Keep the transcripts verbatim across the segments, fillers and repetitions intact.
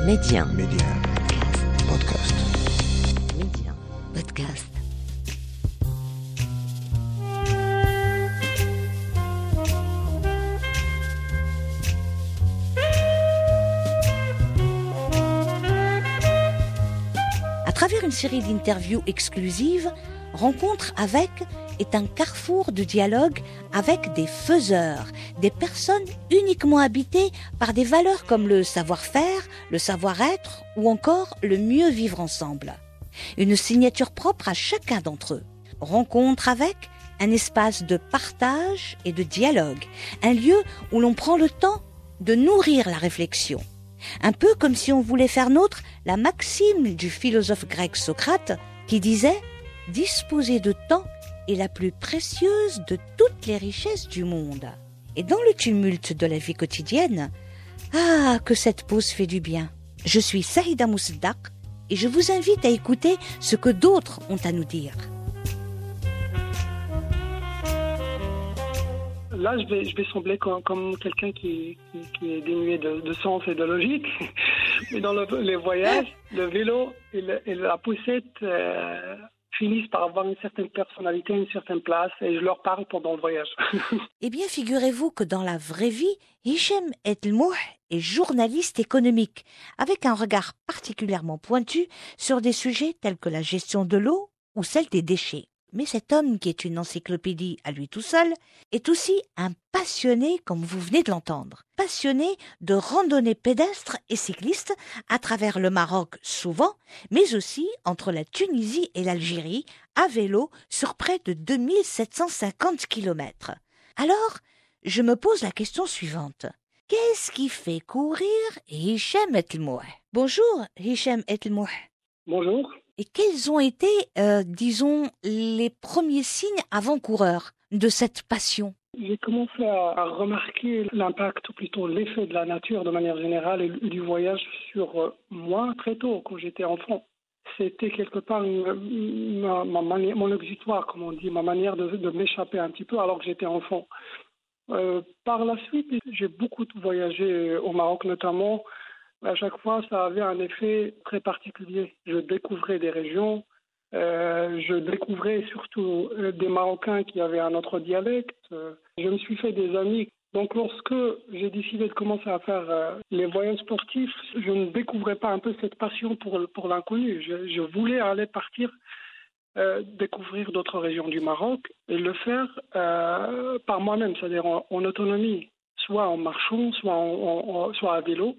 Média. Média. Podcast. Média. Podcast. À travers une série d'interviews exclusives, Rencontre avec est un carrefour de dialogue avec des faiseurs, des personnes uniquement habitées par des valeurs comme le savoir-faire, le savoir-être ou encore le mieux vivre ensemble. Une signature propre à chacun d'entre eux. Rencontre avec un espace de partage et de dialogue, un lieu où l'on prend le temps de nourrir la réflexion. Un peu comme si on voulait faire nôtre la maxime du philosophe grec Socrate qui disait « Disposer de temps est la plus précieuse de toutes les richesses du monde. » Et dans le tumulte de la vie quotidienne, ah, que cette pause fait du bien. Je suis Saïda Mousdak et je vous invite à écouter ce que d'autres ont à nous dire. Là, je vais, je vais sembler comme, comme quelqu'un qui, qui, qui est dénué de, de sens et de logique. Mais dans le, les voyages, le vélo et, le, et la poussette euh, finissent par avoir une certaine personnalité, une certaine place, et je leur parle pendant le voyage. Eh bien, figurez-vous que dans la vraie vie, Hichem Etelmouh est journaliste économique, avec un regard particulièrement pointu sur des sujets tels que la gestion de l'eau ou celle des déchets. Mais cet homme, qui est une encyclopédie à lui tout seul, est aussi un passionné, comme vous venez de l'entendre. Passionné de randonnée pédestre et cycliste à travers le Maroc souvent, mais aussi entre la Tunisie et l'Algérie, à vélo sur près de deux mille sept cent cinquante kilomètres. Alors, je me pose la question suivante. Qu'est-ce qui fait courir Hichem Etelmouh? Bonjour, Hichem Etelmouh. Bonjour. Et quels ont été, euh, disons, les premiers signes avant-coureurs de cette passion? J'ai commencé à, à remarquer l'impact, ou plutôt l'effet de la nature de manière générale et du voyage sur euh, moi très tôt, quand j'étais enfant. C'était quelque part une, ma, ma mani- mon exutoire, comme on dit, ma manière de, de m'échapper un petit peu alors que j'étais enfant. Euh, par la suite, j'ai beaucoup voyagé au Maroc notamment. À chaque fois, ça avait un effet très particulier. Je découvrais des régions, euh, je découvrais surtout euh, des Marocains qui avaient un autre dialecte. Euh, je me suis fait des amis. Donc, lorsque j'ai décidé de commencer à faire euh, les voyages sportifs, je ne découvrais pas un peu cette passion pour, pour l'inconnu. Je, je voulais aller partir euh, découvrir d'autres régions du Maroc et le faire euh, par moi-même, c'est-à-dire en, en autonomie, soit en marchant, soit, en, en, soit à vélo.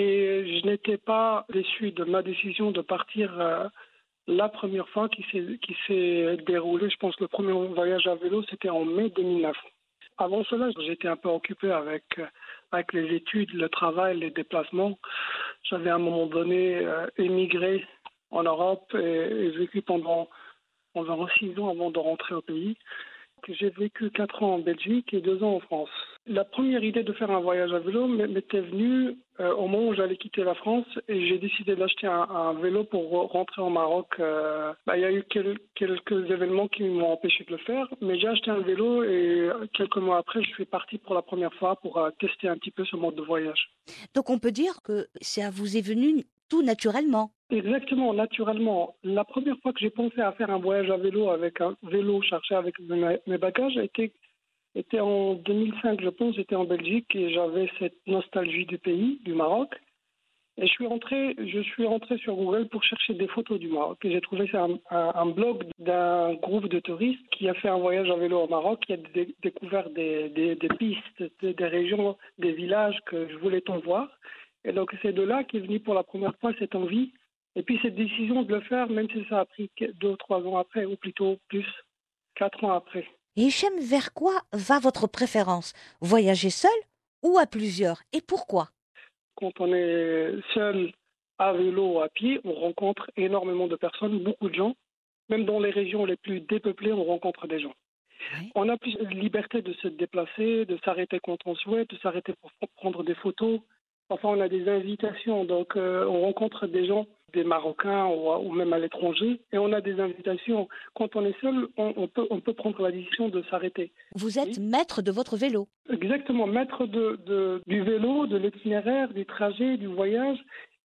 Et je n'étais pas déçu de ma décision de partir euh, la première fois qui s'est, qui s'est déroulée. Je pense que le premier voyage à vélo, c'était en mai deux mille neuf. Avant cela, j'étais un peu occupé avec, avec les études, le travail, les déplacements. J'avais à un moment donné euh, émigré en Europe et, et vécu pendant environ six ans avant de rentrer au pays. J'ai vécu quatre ans en Belgique et deux ans en France. La première idée de faire un voyage à vélo m'était venue euh, au moment où j'allais quitter la France et j'ai décidé d'acheter un, un vélo pour rentrer au Maroc. Euh, bah, il y a eu quel, quelques événements qui m'ont empêché de le faire, mais j'ai acheté un vélo et quelques mois après, je suis parti pour la première fois pour euh, tester un petit peu ce mode de voyage. Donc on peut dire que ça vous est venu tout naturellement. Exactement, naturellement. La première fois que j'ai pensé à faire un voyage à vélo avec un vélo chargé avec mes, mes bagages était, était en deux mille cinq, je pense. J'étais en Belgique et j'avais cette nostalgie du pays, du Maroc. Et je suis rentré, je suis rentré sur Google pour chercher des photos du Maroc. Et j'ai trouvé ça un, un, un blog d'un groupe de touristes qui a fait un voyage à vélo au Maroc, qui a dé- découvert des, des, des pistes, des, des régions, des villages que je voulais tant voir. Et donc c'est de là qu'est venue pour la première fois cette envie. Et puis cette décision de le faire, même si ça a pris deux ou trois ans après, ou plutôt plus, quatre ans après. Et Hichem, vers quoi va votre préférence? Voyager seul ou à plusieurs? Et pourquoi? Quand on est seul, à vélo ou à pied, on rencontre énormément de personnes, beaucoup de gens. Même dans les régions les plus dépeuplées, on rencontre des gens. Oui. On a plus de liberté de se déplacer, de s'arrêter quand on souhaite, de s'arrêter pour prendre des photos. Enfin, on a des invitations, donc euh, on rencontre des gens, des Marocains ou, ou même à l'étranger, et on a des invitations. Quand on est seul, on, on, peut, on peut prendre la décision de s'arrêter. Vous êtes oui. maître de votre vélo. Exactement, maître de, de, du vélo, de l'itinéraire, du trajet, du voyage.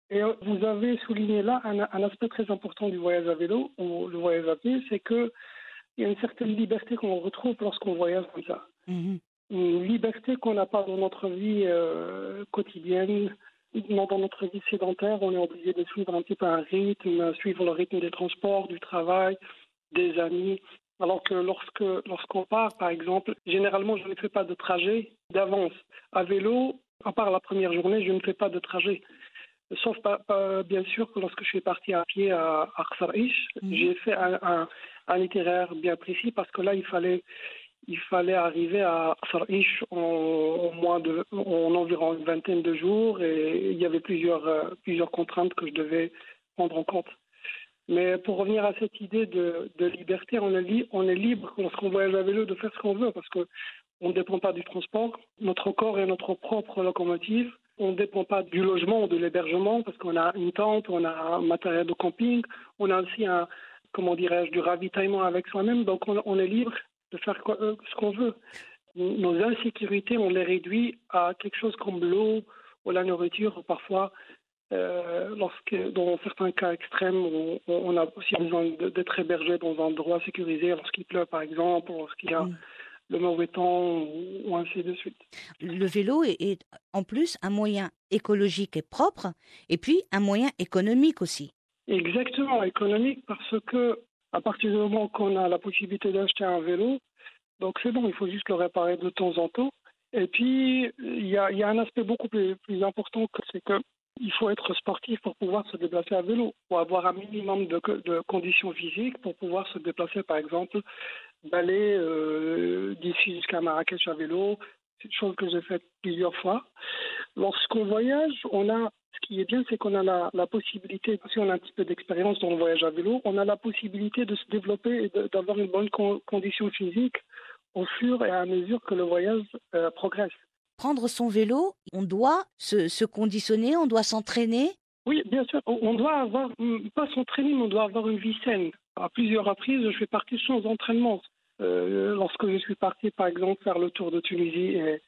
Et euh, vous avez souligné là un, un aspect très important du voyage à vélo ou le voyage à pied, c'est qu'il y a une certaine liberté qu'on retrouve lorsqu'on voyage comme ça. Mhm. Une liberté qu'on n'a pas dans notre vie euh, quotidienne, non, dans notre vie sédentaire. On est obligé de suivre un petit peu un rythme, suivre le rythme des transports, du travail, des amis. Alors que lorsque lorsqu'on part, par exemple, généralement, je ne fais pas de trajet d'avance. À vélo, à part la première journée, je ne fais pas de trajet. Sauf pas, pas- bien sûr que lorsque je suis parti à pied à, à Ksaraïch, Mhm. j'ai fait un, un, un itinéraire bien précis parce que là, il fallait il fallait arriver à Ksaraïch en, en moins de en environ une vingtaine de jours et il y avait plusieurs euh, plusieurs contraintes que je devais prendre en compte. Mais pour revenir à cette idée de, de liberté, on est, li- on est libre lorsqu'on voyage à vélo de faire ce qu'on veut parce que on ne dépend pas du transport. Notre corps est notre propre locomotive. On ne dépend pas du logement ou de l'hébergement parce qu'on a une tente, on a un matériel de camping, on a aussi un, comment dirais-je, du ravitaillement avec soi-même. Donc on, on est libre de faire quoi- euh, ce qu'on veut. Nos insécurités, on les réduit à quelque chose comme l'eau ou la nourriture, parfois euh, lorsque, dans certains cas extrêmes, on, on a aussi besoin de- d'être hébergé dans un endroit sécurisé lorsqu'il pleut, par exemple, lorsqu'il y a Mhm. le mauvais temps, ou, ou ainsi de suite. Le vélo est, est en plus un moyen écologique et propre, et puis un moyen économique aussi. Exactement, économique, parce que à partir du moment qu'on a la possibilité d'acheter un vélo, donc c'est bon, il faut juste le réparer de temps en temps. Et puis, il y a, il y a un aspect beaucoup plus, plus important, que c'est que il faut être sportif pour pouvoir se déplacer à vélo, ou avoir un minimum de, de conditions physiques pour pouvoir se déplacer, par exemple, d'aller euh, d'ici jusqu'à Marrakech à vélo. C'est une chose que j'ai faite plusieurs fois. Lorsqu'on voyage, on a, ce qui est bien, c'est qu'on a la, la possibilité, si on a un petit peu d'expérience dans le voyage à vélo, on a la possibilité de se développer et de- d'avoir une bonne con- condition physique au fur et à mesure que le voyage euh, progresse. Prendre son vélo, on doit se, se conditionner, on doit s'entraîner. Oui, bien sûr, on on doit avoir, hum, pas s'entraîner, mais on doit avoir une vie saine. À plusieurs reprises, je fais partie sans entraînement. Euh, lorsque je suis parti, par exemple, faire le tour de Tunisie et,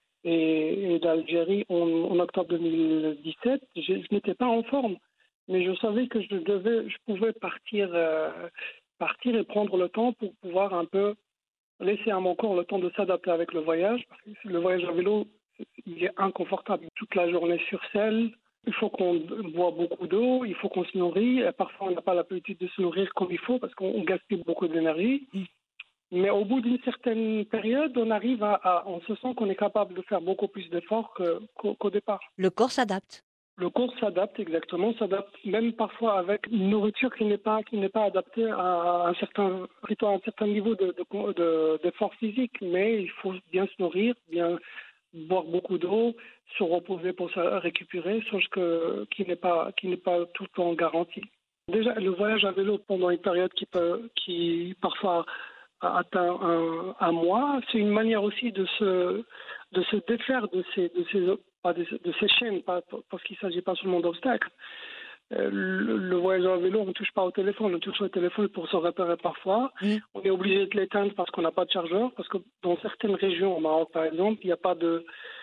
et, et d'Algérie en, en octobre deux mille dix-sept, je, je n'étais pas en forme, mais je savais que je devais, je pouvais partir, euh, partir et prendre le temps pour pouvoir un peu laisser à mon corps le temps de s'adapter avec le voyage. Parce que le voyage à vélo, il est inconfortable toute la journée sur selle. Il faut qu'on boit beaucoup d'eau, il faut qu'on se nourrit. Et parfois, on n'a pas l'habitude de se nourrir comme il faut parce qu'on gaspille beaucoup d'énergie. Mm. Mais au bout d'une certaine période, on arrive à, à- on se sent qu'on est capable de faire beaucoup plus d'efforts que- qu'au, qu'au départ. Le corps s'adapte. Le corps s'adapte exactement, s'adapte même parfois avec une nourriture qui n'est pas qui n'est pas adaptée à un certain plutôt à un certain niveau de, de, de- d'effort physique, mais il faut bien se nourrir, bien boire beaucoup d'eau, se reposer pour se récupérer, chose que qui n'est pas qui n'est pas tout le temps garantie. Déjà, le voyage à vélo pendant une période qui peut qui parfois atteint un, un mois, c'est une manière aussi de se de se défaire de ces de ces pas de, de ces chaînes, pas, parce qu'il ne s'agit pas seulement d'obstacles. Euh, le, le voyage à vélo, on ne touche pas au téléphone, on touche au téléphone pour se repérer parfois. Mm. On est obligé de l'éteindre parce qu'on n'a pas de chargeur, parce que dans certaines régions, au Maroc par exemple, il n'y a pas de,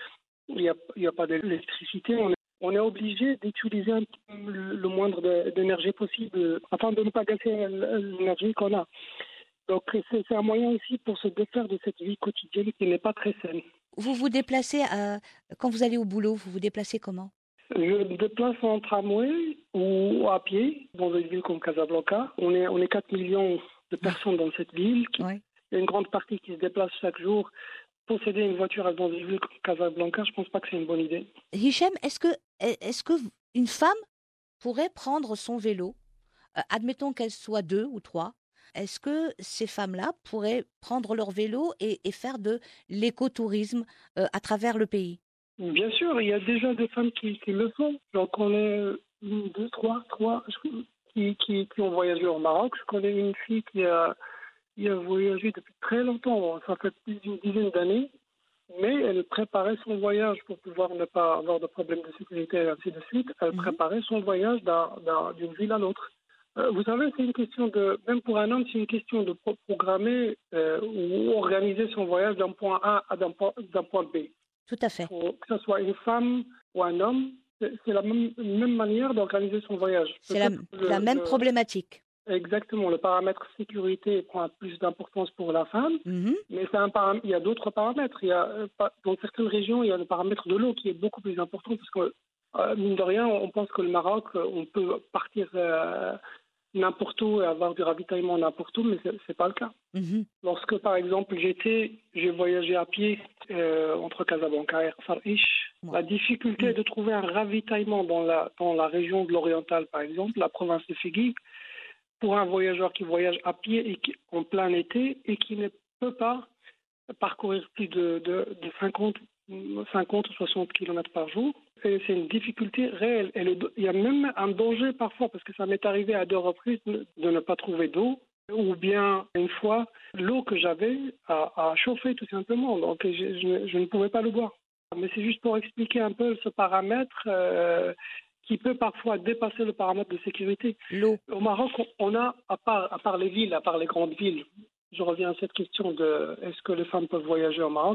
il y a, il y a pas d'électricité. On est, on est obligé d'utiliser un, le, le moindre de, d'énergie possible afin de ne pas gâcher l'énergie qu'on a. Donc c'est, c'est un moyen aussi pour se défaire de cette vie quotidienne qui n'est pas très saine. Vous vous déplacez, à- quand vous allez au boulot, vous vous déplacez comment? Je me déplace en tramway ou à pied dans une ville comme Casablanca. On est, on est quatre millions de personnes dans cette ville. Qui, Oui. il y a une grande partie qui se déplace chaque jour. Posséder une voiture dans une ville comme Casablanca, je ne pense pas que c'est une bonne idée. Hichem, est-ce que, est-ce que une femme pourrait prendre son vélo, euh, admettons qu'elle soit deux ou trois, est-ce que ces femmes-là pourraient prendre leur vélo et, et faire de l'écotourisme euh, à travers le pays? Bien sûr, il y a déjà des femmes qui, qui le font. J'en connais une, deux, trois, trois qui, qui, qui ont voyagé au Maroc. Je connais une fille qui a, qui a voyagé depuis très longtemps. Ça fait plus d'une dizaine d'années. Mais elle préparait son voyage pour pouvoir ne pas avoir de problèmes de sécurité et ainsi de suite. Elle Mhm. préparait son voyage d'un, d'un, d'une ville à l'autre. Euh, vous savez, c'est une question de, même pour un homme, c'est une question de pro- programmer euh, ou organiser son voyage d'un point A à d'un point, d'un point B. Tout à fait. Pour que ce soit une femme ou un homme, c'est, c'est la même, même manière d'organiser son voyage. C'est la, Le, la même le, problématique. Exactement. Le paramètre sécurité prend plus d'importance pour la femme, Mm-hmm. mais c'est un param- il y a d'autres paramètres. Il y a, dans certaines régions, il y a le paramètre de l'eau qui est beaucoup plus important parce que, euh, mine de rien, on pense que le Maroc, on peut partir euh, n'importe où et avoir du ravitaillement n'importe où, mais c'est, c'est pas le cas. Mm-hmm. Lorsque, par exemple, j'étais, j'ai voyagé à pied euh, entre Casablanca et Farish, Ouais. la difficulté Mm. de trouver un ravitaillement dans la, dans la région de l'Oriental, par exemple, la province de Figuig, pour un voyageur qui voyage à pied et qui, en plein été et qui ne peut pas parcourir plus de, de, de cinquante, cinquante ou soixante kilomètres par jour. Et c'est une difficulté réelle. Et le, il y a même un danger parfois, parce que ça m'est arrivé à deux reprises de ne pas trouver d'eau, ou bien une fois, l'eau que j'avais a, a chauffé tout simplement, donc je, je, je ne pouvais pas le boire. Mais c'est juste pour expliquer un peu ce paramètre euh, qui peut parfois dépasser le paramètre de sécurité. L'eau. Au Maroc, on a, à part, à part les villes, à part les grandes villes, je reviens à cette question de est-ce que les femmes peuvent voyager au Maroc.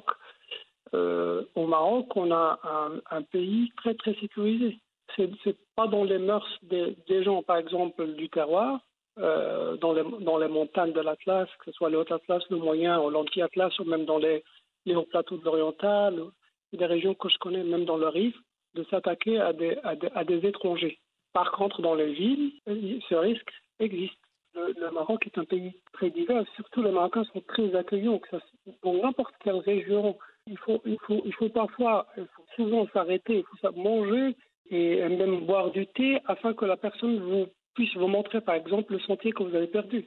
Euh, au Maroc, on a un, un pays très très sécurisé. C'est, c'est pas dans les mœurs des, des gens, par exemple, du terroir, euh, dans, les, dans les montagnes de l'Atlas, que ce soit le Haut-Atlas, le Moyen ou l'Anti-Atlas, ou même dans les, les hauts plateaux de l'Oriental, des régions que je connais, même dans le Rif, de s'attaquer à des, à des, à des étrangers. Par contre, dans les villes, ce risque existe. Le, le Maroc est un pays très divers, surtout les Marocains sont très accueillants. Que ça, dans n'importe quelle région, il faut, il faut, il faut parfois, il faut souvent s'arrêter, il faut manger et même boire du thé afin que la personne vous, puisse vous montrer, par exemple, le sentier que vous avez perdu.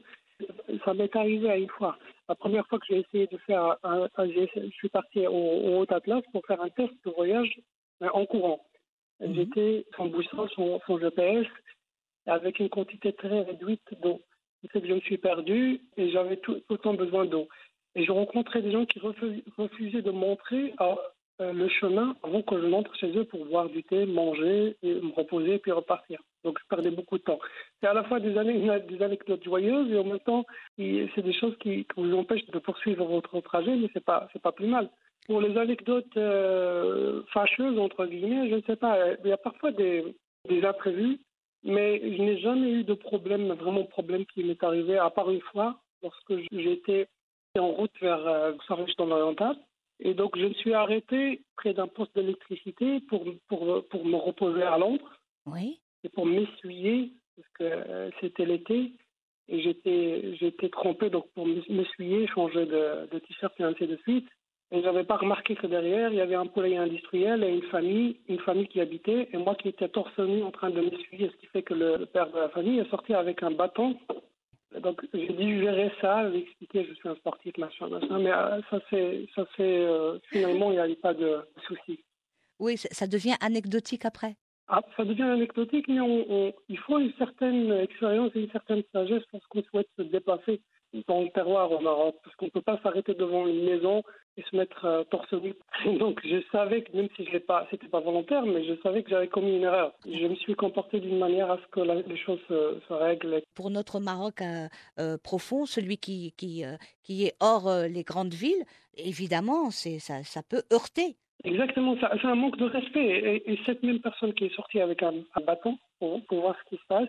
Ça m'est arrivé à une fois. La première fois que j'ai essayé de faire un, un je suis parti au, au Haut-Atlas pour faire un test de voyage en courant. Mmh. J'étais sans boussole, sans, sans G P S, avec une quantité très réduite d'eau. C'est que je me suis perdu et j'avais tout, tout le temps besoin d'eau. Et je rencontrais des gens qui refus, refusaient de montrer euh, le chemin avant que je n'entre chez eux pour boire du thé, manger, et me reposer puis repartir. Donc je perdais beaucoup de temps. C'est à la fois des, anecdotes, des anecdotes joyeuses et en même temps, c'est des choses qui, qui vous empêchent de poursuivre votre trajet, mais c'est pas, c'est pas plus mal. Pour les anecdotes euh, fâcheuses, entre guillemets, je ne sais pas, il y a parfois des, des imprévus, mais je n'ai jamais eu de problème, vraiment problème qui m'est arrivé, à part une fois, lorsque j'étais en route vers euh, Farish dans l'Oriental. Et donc, je me suis arrêté près d'un poste d'électricité pour, pour, pour me reposer à l'ombre. Oui. Et pour m'essuyer, parce que euh, c'était l'été, et j'étais, j'étais trempé, donc pour m'essuyer, changer de, de t-shirt et ainsi de suite. Et je n'avais pas remarqué que derrière, il y avait un poulailler industriel et une famille, une famille qui habitait, et moi qui étais torse nu en train de m'essuyer, ce qui fait que le, le père de la famille est sorti avec un bâton. Donc j'ai dû gérer ça, lui expliquer je suis un sportif, machin, machin, mais euh, ça c'est, ça c'est euh, finalement il n'y a pas de souci. Oui, ça devient anecdotique après. Ah, ça devient anecdotique, mais on, on, il faut une certaine expérience et une certaine sagesse lorsqu'on souhaite se déplacer dans le terroir au Maroc, parce qu'on ne peut pas s'arrêter devant une maison et se mettre euh, torse nu. Donc je savais que même si je l'ai pas, c'était pas volontaire, mais je savais que j'avais commis une erreur. Je me suis comporté d'une manière à ce que la, les choses se, se règlent. Pour notre Maroc euh, euh, profond, celui qui qui euh, qui est hors euh, les grandes villes, évidemment, c'est ça, ça peut heurter. Exactement, ça, c'est un manque de respect. Et, et cette même personne qui est sortie avec un, un bâton pour, pour voir ce qui se passe,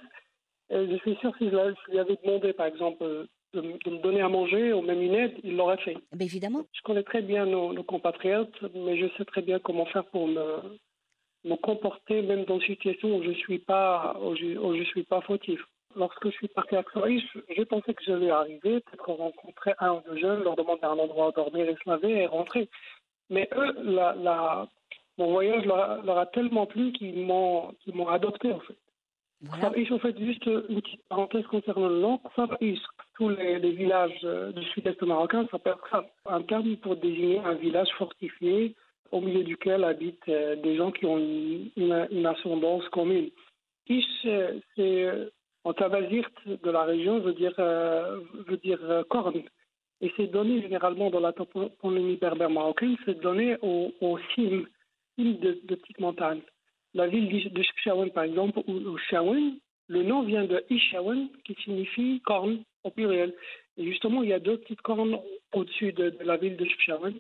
je suis sûr que si je lui avais demandé, par exemple, de, de me donner à manger ou même une aide, il l'aurait fait. Mais évidemment. Je connais très bien nos, nos compatriotes, mais je sais très bien comment faire pour me, me comporter, même dans une situation où je suis pas, où je, où je suis pas fautif. Lorsque je suis parti à Cloris, j'ai pensé que j'allais arriver, peut-être rencontrer un ou deux jeunes, leur demander un endroit où dormir et se laver et rentrer. Mais eux, la, la, mon voyage leur, leur a tellement plu qu'ils m'ont, qu'ils m'ont adopté, en fait. Voilà. Farish, en fait, juste une petite parenthèse concernant le nom. Farish, tous les, les villages du sud-est marocain s'appellent Khab, un terme pour désigner un village fortifié au milieu duquel habitent euh, des gens qui ont une, une, une ascendance commune. Ish, c'est en tabazirt de la région, veut dire, euh, veut dire euh, corne. Et c'est donné généralement dans la toponymie berbère marocaine, c'est donné aux, aux cimes, cimes de, de petites montagnes. La ville de Chefchaouen, par exemple, ou, ou Chaouen, le nom vient de Ishaouen, qui signifie corne au pluriel. Et justement, il y a deux petites cornes au-dessus de, de la ville de Chefchaouen.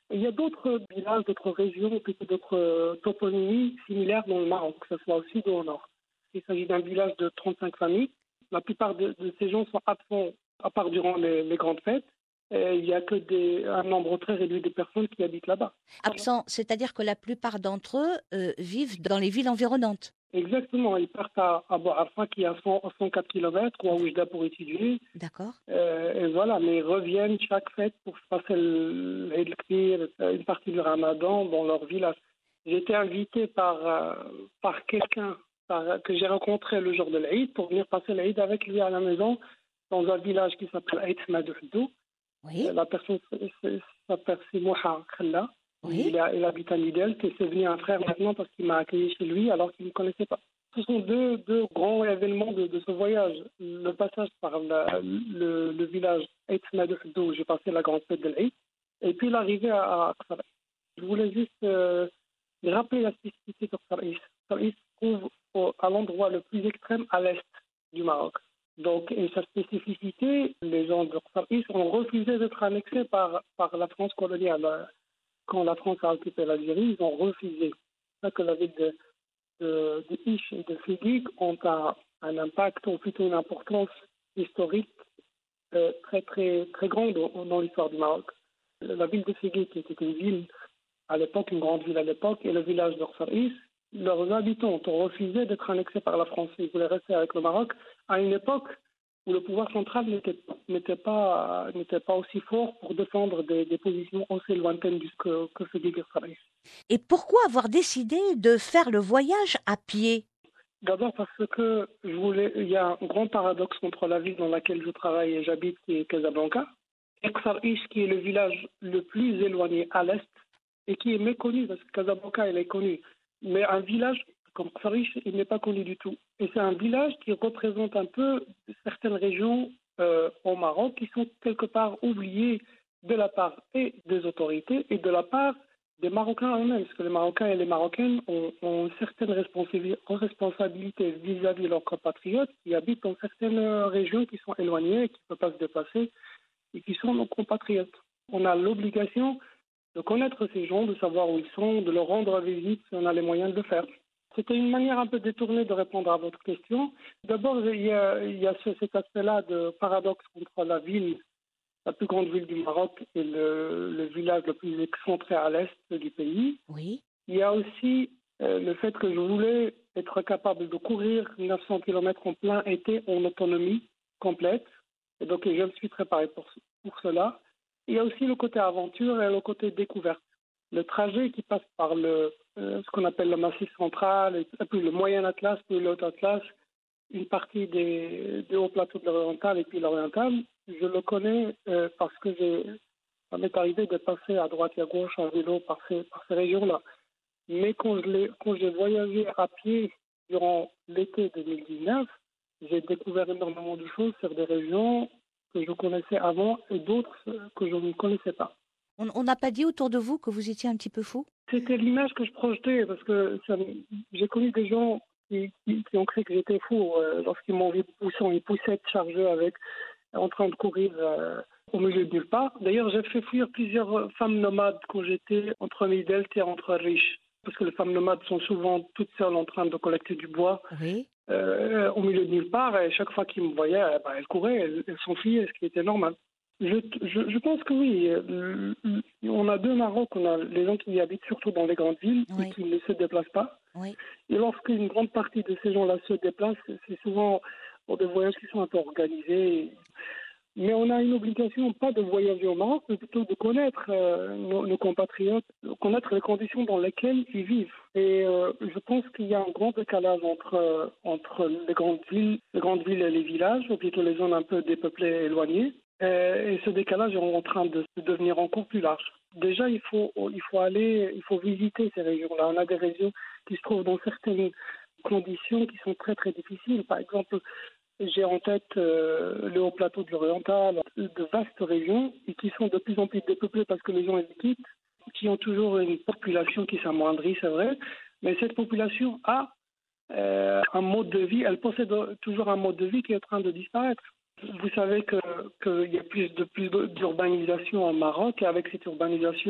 Il y a d'autres villages, d'autres régions, plutôt d'autres euh, toponymies similaires dans le Maroc, que ce soit au sud ou au nord. Il s'agit d'un village de trente-cinq familles. La plupart de, de ces gens sont absents, à part durant les, les grandes fêtes. Et il n'y a que des, un nombre très réduit de personnes qui habitent là-bas. Absents, c'est-à-dire que la plupart d'entre eux euh, vivent dans les villes environnantes. Exactement, ils partent à, à Bouarfa qui est à cent, cent quatre kilomètres ou à Oujda pour étudier. D'accord. Euh, et voilà, mais ils reviennent chaque fête pour se passer le- l'Eid el-Kbir, une partie du Ramadan dans leur village. J'ai été invité par, euh, par quelqu'un par- que j'ai rencontré le jour de l'Eid pour venir passer l'Eid avec lui à la maison dans un village qui s'appelle Aït Madouhdou. Oui, La personne s- s- s'appelle Simouha Khalla. oui. Il, a- il habite à Nidel, et c'est devenu un frère maintenant parce qu'il m'a accueilli chez lui alors qu'il ne me connaissait pas. Ce sont deux, deux grands événements de, de ce voyage. Le passage par la- le, le village Aït Madouhdou où j'ai passé la grande fête de l'Aïd, et puis l'arrivée à, à Ksarais. Je voulais juste euh, rappeler la spécificité de Ksarais. Ksarais se trouve au- à l'endroit le plus extrême à l'est du Maroc. Donc, et sa spécificité, les gens de Ksarais ont refusé d'être annexés par, par la France coloniale. Quand la France a occupé l'Algérie, ils ont refusé. C'est ça que la ville de, de, de Isch et de Figuig ont un, un impact, ou plutôt une importance historique euh, très, très, très grande dans, dans l'histoire du Maroc. La ville de Figuig, qui était une ville à l'époque, une grande ville à l'époque, et le village de Ksarais, leurs habitants ont refusé d'être annexés par la France. Ils voulaient rester avec le Maroc à une époque où le pouvoir central n'était, n'était, pas, n'était pas aussi fort pour défendre des, des positions aussi lointaines du- que, que Figuig et Ksarais. Et pourquoi avoir décidé de faire le voyage à pied? D'abord parce que je voulais, il y a un grand paradoxe entre la ville dans laquelle je travaille et j'habite, qui est Casablanca, et Ksarais, qui est le village le plus éloigné à l'est et qui est méconnu, parce que Casablanca, elle est connue. Mais un village comme Ksarais, il n'est pas connu du tout. Et c'est un village qui représente un peu certaines régions euh, au Maroc qui sont quelque part oubliées de la part et des autorités et de la part des Marocains eux-mêmes, parce que les Marocains et les Marocaines ont, ont une certaine responsabi- responsabilité vis-à-vis de leurs compatriotes qui habitent dans certaines euh, régions qui sont éloignées, qui ne peuvent pas se déplacer et qui sont nos compatriotes. On a l'obligation de connaître ces gens, de savoir où ils sont, de leur rendre visite si on a les moyens de le faire. C'était une manière un peu détournée de répondre à votre question. D'abord, il y a, il y a ce- cet aspect-là de paradoxe entre la ville, la plus grande ville du Maroc, et le, le village le plus excentré à l'est du pays. Oui. Il y a aussi euh, le fait que je voulais être capable de courir neuf cents kilomètres en plein été en autonomie complète. Et donc, je me suis préparé pour, pour cela. Il y a aussi le côté aventure et le côté découverte. Le trajet qui passe par le, euh, ce qu'on appelle le Massif central, et puis le Moyen Atlas, puis le Haut Atlas, une partie des, des hauts plateaux de l'Oriental et puis l'Oriental, je le connais euh, parce que j'ai, ça m'est arrivé de passer à droite et à gauche en vélo par ces, par ces régions-là. Mais quand, je l'ai, quand j'ai voyagé à pied durant l'été deux mille dix-neuf, j'ai découvert énormément de choses sur des régions que je connaissais avant et d'autres que je ne connaissais pas. On on n'a pas dit autour de vous que vous étiez un petit peu fou? C'était l'image que je projetais parce que ça, me- j'ai connu des gens qui, qui, qui ont cru que j'étais fou euh, lorsqu'ils m'ont vu poussant une poussette chargée avec, en train de courir euh, au milieu de nulle part. D'ailleurs, j'ai fait fuir plusieurs euh, femmes nomades quand j'étais entre Midelt et entre Riche. Parce que les femmes nomades sont souvent toutes seules en train de collecter du bois Oui. euh, au milieu de nulle part. Et chaque fois qu'ils me voyaient, eh ben, elles couraient, elles, elles s'enfuyaient, ce qui était normal. Je, je, je pense que oui. euh, On a deux Maroc. On a les gens qui y habitent surtout dans les grandes villes Oui. et qui ne se déplacent pas. Oui. Et lorsqu'une grande partie de ces gens-là se déplacent, c'est souvent pour des voyages qui sont un peu organisés. Mais on a une obligation, pas de voyager au Maroc, mais plutôt de connaître euh, nos, nos compatriotes, de connaître les conditions dans lesquelles ils vivent. Et euh, je pense qu'il y a un grand décalage entre, euh, entre les grandes villes, les grandes villes et les villages, ou plutôt les zones un peu dépeuplées et éloignées. Et, et ce décalage est en train de, de devenir encore plus large. Déjà, il faut, il faut aller, il faut visiter ces régions-là. On a des régions qui se trouvent dans certaines conditions qui sont très très difficiles. Par exemple, j'ai en tête euh, le haut plateau de l'Oriental, de vastes régions et qui sont de plus en plus dépeuplées parce que les gens les quittent, qui ont toujours une population qui s'amoindrit, c'est vrai, mais cette population a euh, un mode de vie, elle possède toujours un mode de vie qui est en train de disparaître. Vous savez que qu'il y a plus de plus d'urbanisation au Maroc et avec cette urbanisation,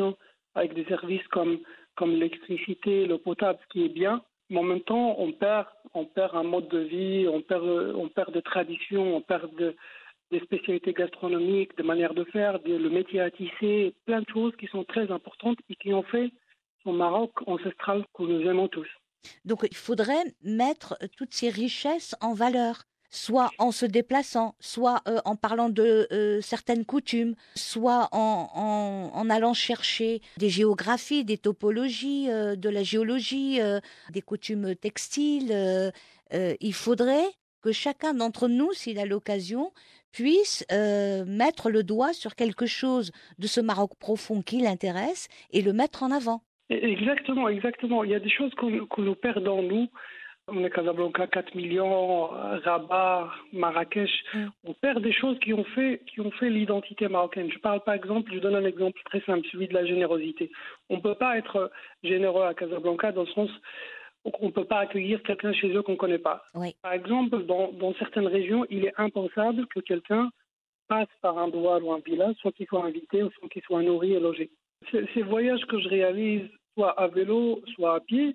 avec des services comme, comme l'électricité, l'eau potable, ce qui est bien. Mais en même temps, on perd, on perd un mode de vie, on perd, on perd des traditions, on perd de, des spécialités gastronomiques, des manières de faire, de, le métier à tisser, plein de choses qui sont très importantes et qui ont fait son Maroc ancestral que nous aimons tous. Donc il faudrait mettre euh, toutes ces richesses en valeur, soit en se déplaçant, soit euh, en parlant de euh, certaines coutumes, soit en, en, en allant chercher des géographies, des topologies, euh, de la géologie, euh, des coutumes textiles. Euh, euh, il faudrait que chacun d'entre nous, s'il a l'occasion, puisse euh, mettre le doigt sur quelque chose de ce Maroc profond qui l'intéresse et le mettre en avant. Exactement, exactement. Il y a des choses qu'on, que nous perdons, nous. On est Casablanca, quatre millions, Rabat, Marrakech. Mm. On perd des choses qui ont fait, qui ont fait l'identité marocaine. Je parle par exemple, je donne un exemple très simple, celui de la générosité. On ne peut pas être généreux à Casablanca dans le sens où on ne peut pas accueillir quelqu'un chez eux qu'on ne connaît pas. Oui. Par exemple, dans, dans certaines régions, il est impensable que quelqu'un passe par un douane ou un village, soit qu'il soit invité, ou soit qu'il soit nourri et logé. Ces, ces voyages que je réalise, soit à vélo, soit à pied,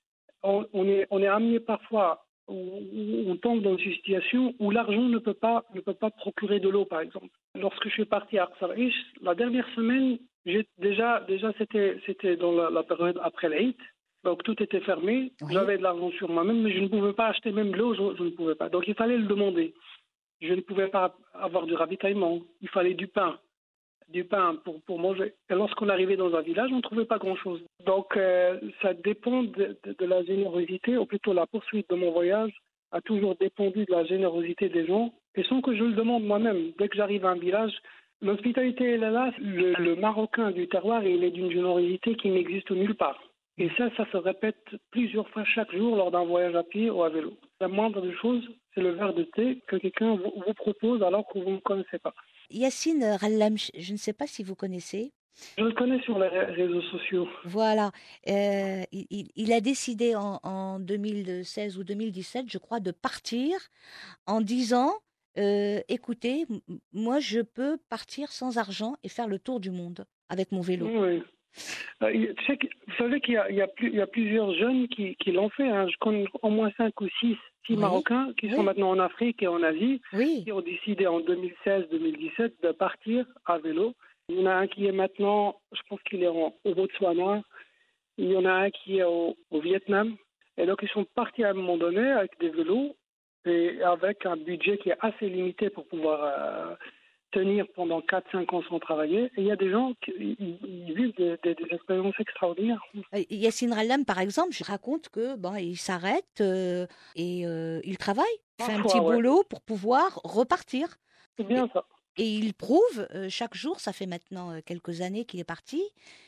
on, on, est, on est amené parfois, on, on tombe dans une situation où l'argent ne peut pas, ne peut pas procurer de l'eau, par exemple. Lorsque je suis parti à Arsaraïch, la dernière semaine, j'ai déjà, déjà c'était, c'était dans la, la période après l'Aïd, donc tout était fermé. Oui. J'avais de l'argent sur moi-même, mais je ne pouvais pas acheter même de l'eau, je, je ne pouvais pas. Donc il fallait le demander. Je ne pouvais pas avoir du ravitaillement, il fallait du pain. du pain pour, pour manger. Et lorsqu'on arrivait dans un village, on ne trouvait pas grand-chose. Donc, euh, ça dépend de, de, de la générosité, ou plutôt la poursuite de mon voyage a toujours dépendu de la générosité des gens, et sans que je le demande moi-même. Dès que j'arrive à un village, l'hospitalité, elle est là. Le, le Marocain du terroir, il est d'une générosité qui n'existe nulle part. Et ça, ça se répète plusieurs fois chaque jour lors d'un voyage à pied ou à vélo. La moindre des choses, c'est le verre de thé que quelqu'un vous, vous propose alors que vous ne connaissez pas. Yacine Rallam, je ne sais pas si vous connaissez. Je le connais sur les réseaux sociaux. Voilà. Euh, il, il a décidé en, en deux mille seize ou deux mille dix-sept, je crois, de partir en disant euh, écoutez, m- moi, je peux partir sans argent et faire le tour du monde avec mon vélo. Oui. Euh, tu sais que, vous savez qu'il y a, il y a, plus, il y a plusieurs jeunes qui, qui l'ont fait. Hein. Je connais au moins cinq ou six, six oui. Marocains qui oui. sont maintenant en Afrique et en Asie, oui. qui ont décidé en deux mille seize deux mille dix-sept de partir à vélo. Il y en a un qui est maintenant, je pense qu'il est en, au Botswana. Il y en a un qui est au, au Vietnam. Et donc, ils sont partis à un moment donné avec des vélos et avec un budget qui est assez limité pour pouvoir euh, tenir pendant quatre cinq ans sans travailler. Et il y a des gens qui ils, ils vivent des, des, des expériences extraordinaires. Yacine Rallam, par exemple, je raconte que bon, il s'arrête euh, et euh, il travaille, il fait un petit ouais. boulot pour pouvoir repartir. C'est bien et, ça. Et il prouve euh, chaque jour, ça fait maintenant euh, quelques années qu'il est parti,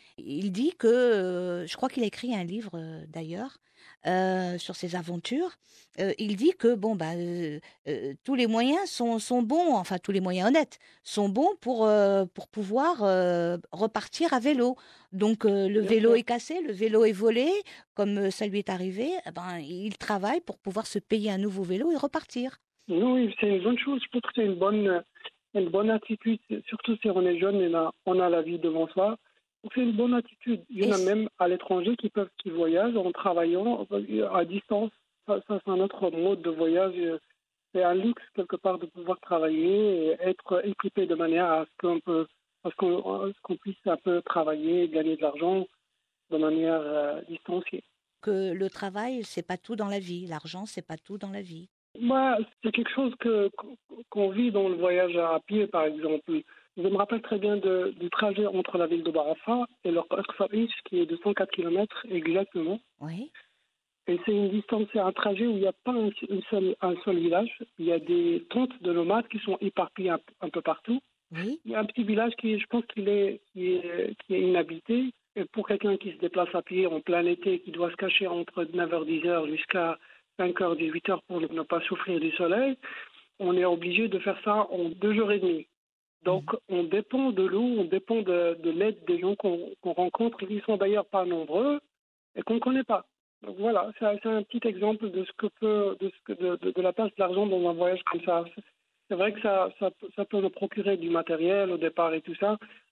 il dit que, euh, je crois qu'il a écrit un livre euh, d'ailleurs, euh, sur ses aventures, euh, il dit que bon, bah, euh, euh, tous les moyens sont, sont bons, enfin tous les moyens honnêtes, sont bons pour, euh, pour pouvoir euh, repartir à vélo. Donc euh, le vélo est cassé, le vélo est volé, comme euh, ça lui est arrivé, eh ben, il travaille pour pouvoir se payer un nouveau vélo et repartir. Oui, c'est une bonne chose, je pense que c'est une bonne... une bonne attitude, surtout si on est jeune et on a, on a la vie devant soi. Donc c'est une bonne attitude. Il y en a même à l'étranger qui peuvent qui voyagent en travaillant à distance. Ça, ça c'est un autre mode de voyage. C'est un luxe quelque part de pouvoir travailler et être équipé de manière à ce qu'on peut, à ce qu'on, à ce qu'on puisse un peu travailler et gagner de l'argent de manière euh, distanciée. Que le travail, c'est pas tout dans la vie. L'argent, c'est pas tout dans la vie. Bah, c'est quelque chose que, qu'on vit dans le voyage à pied, par exemple. Je me rappelle très bien de, du trajet entre la ville de Barafa et le Arsaraïch, qui est de cent quatre kilomètres exactement. Oui. Et c'est une distance, c'est un trajet où il n'y a pas un, une seule, un seul village. Il y a des tentes de nomades qui sont éparpillées un, un peu partout. Oui. Il y a un petit village qui, je pense, qu'il est, qui est, qui est inhabité. Et pour quelqu'un qui se déplace à pied en plein été, qui doit se cacher entre neuf heures dix heures jusqu'à cinq heures dix-huit heures pour ne pas souffrir du soleil, on est obligé de faire ça en deux jours et demi. Donc, mmh. on dépend de l'eau, on dépend de, de l'aide des gens qu'on, qu'on rencontre, qui sont d'ailleurs pas nombreux et qu'on ne connaît pas. Donc voilà, c'est, c'est un petit exemple de ce que peut, de, ce que, de, de, de la place de l'argent dans un voyage comme ça. C'est vrai que ça, ça, ça peut nous procurer du matériel au départ et tout ça,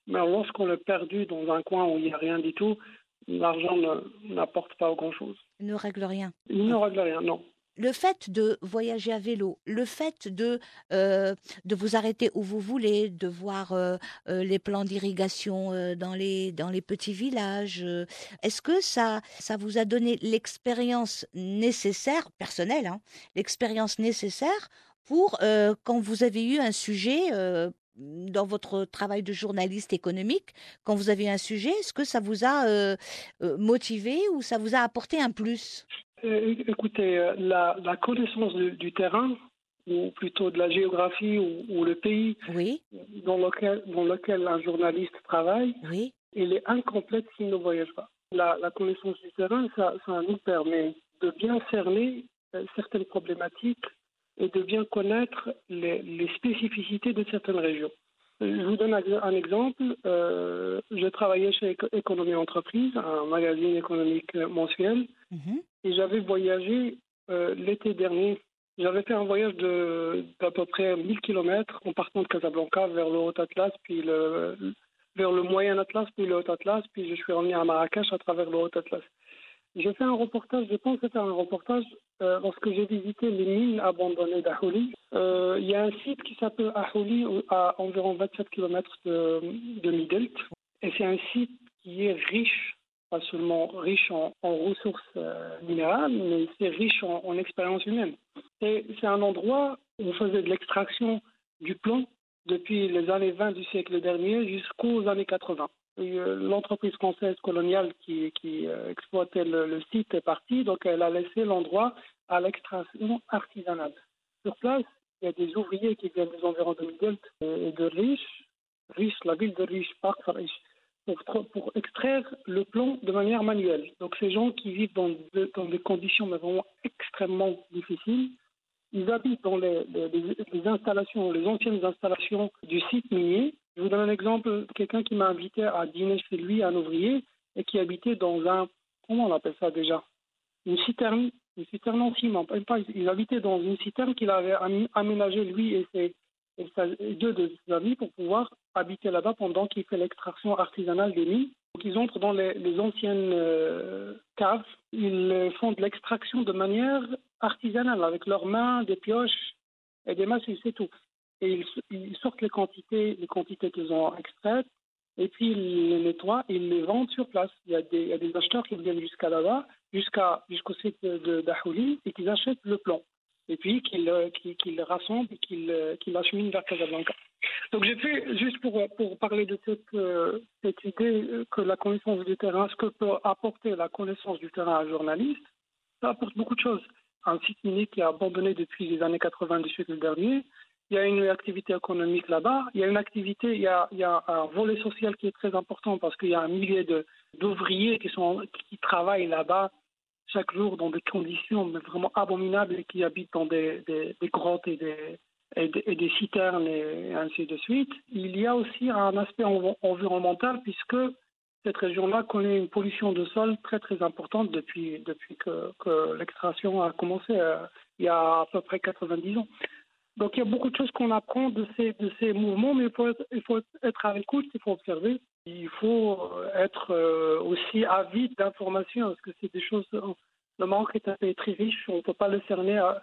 Mais lorsqu'on est perdu dans un coin où il n'y a rien du tout, l'argent ne, n'apporte pas grand-chose. Il ne règle rien. Il ne règle rien, non. Le fait de voyager à vélo, le fait de, euh, de vous arrêter où vous voulez, de voir euh, euh, les plans d'irrigation euh, dans les, dans les petits villages, euh, est-ce que ça, ça vous a donné l'expérience nécessaire, personnelle, hein, l'expérience nécessaire pour, euh, quand vous avez eu un sujet euh, dans votre travail de journaliste économique, quand vous avez eu un sujet, est-ce que ça vous a euh, euh, motivé ou ça vous a apporté un plus? Euh, Écoutez, euh, la, la connaissance du, du terrain, ou plutôt de la géographie ou, ou le pays Oui, dans lequel, dans lequel un journaliste travaille, oui. il est incomplète s'il ne voyage pas. La, la connaissance du terrain, ça, ça nous permet de bien cerner euh, certaines problématiques et de bien connaître les, les spécificités de certaines régions. Je vous donne un exemple. Euh, je travaillais chez Éco- Économie Entreprise, un magazine économique mensuel, Mhm. et j'avais voyagé euh, l'été dernier. J'avais fait un voyage de, d'à peu près mille kilomètres en partant de Casablanca vers le Haut-Atlas, puis le, vers le Moyen-Atlas, puis le Haut-Atlas, puis je suis revenu à Marrakech à travers le Haut-Atlas. J'ai fait un reportage, je pense que c'était un reportage euh, lorsque j'ai visité les mines abandonnées d'Ahouli. Euh, Il y a un site qui s'appelle Ahouli à environ vingt-sept kilomètres de, de Midelt. Et c'est un site qui est riche, pas seulement riche en, en ressources euh, minérales, mais c'est riche en, en expérience humaine. Et c'est un endroit où on faisait de l'extraction du plomb depuis les années vingt du siècle dernier jusqu'aux années quatre-vingts. Et, euh, l'entreprise française coloniale qui, qui euh, exploitait le, le site est partie, donc elle a laissé l'endroit à l'extraction artisanale. Sur place, il y a des ouvriers qui viennent des environs de Midelt et de Riche, Riche, la ville de Riche, Parc Riche, pour, pour extraire le plomb de manière manuelle. Donc ces gens qui vivent dans, de, dans des conditions mais vraiment extrêmement difficiles, ils habitent dans les, les, les installations, les anciennes installations du site minier. Je vous donne un exemple, quelqu'un qui m'a invité à dîner chez lui, un ouvrier, et qui habitait dans un, comment on appelle ça déjà, une citerne, une citerne en ciment. Il habitait dans une citerne qu'il avait aménagée lui et, ses, et, sa, et deux de ses amis pour pouvoir habiter là-bas pendant qu'il fait l'extraction artisanale des mines. Donc ils entrent dans les, les anciennes euh, caves, ils font de l'extraction de manière artisanale avec leurs mains, des pioches et des masses, c'est tout. Et ils, ils sortent les quantités, les quantités qu'ils ont extraites, et puis ils les nettoient et ils les vendent sur place. Il y a des, il y a des acheteurs qui viennent jusqu'à là-bas, jusqu'à, jusqu'au site de d'Ahouli, et qui achètent le plomb. Et puis qu'ils, qu'ils, qu'ils le rassemblent et qu'ils, qu'ils l'acheminent vers Casablanca. Donc j'ai fait, juste pour, pour parler de cette, euh, cette idée que la connaissance du terrain, ce que peut apporter la connaissance du terrain à un journaliste, ça apporte beaucoup de choses. Un site minier qui est abandonné depuis les années quatre-vingts du siècle dernier, il y a une activité économique là-bas, il y a une activité, il y a, il y a un volet social qui est très important parce qu'il y a un millier de, d'ouvriers qui, sont, qui travaillent là-bas chaque jour dans des conditions mais vraiment abominables et qui habitent dans des, des, des grottes et des, et des, et des citernes et ainsi de suite. Il y a aussi un aspect env- environnemental puisque cette région-là connaît une pollution de sol très très importante depuis, depuis que, que l'extraction a commencé euh, il y a à peu près quatre-vingt-dix ans. Donc il y a beaucoup de choses qu'on apprend de ces, de ces mouvements, mais il faut être, il faut être à l'écoute, il faut observer. Il faut être euh, aussi avide d'informations, parce que c'est des choses... Le Maroc est un pays très riche, on ne peut pas le cerner à,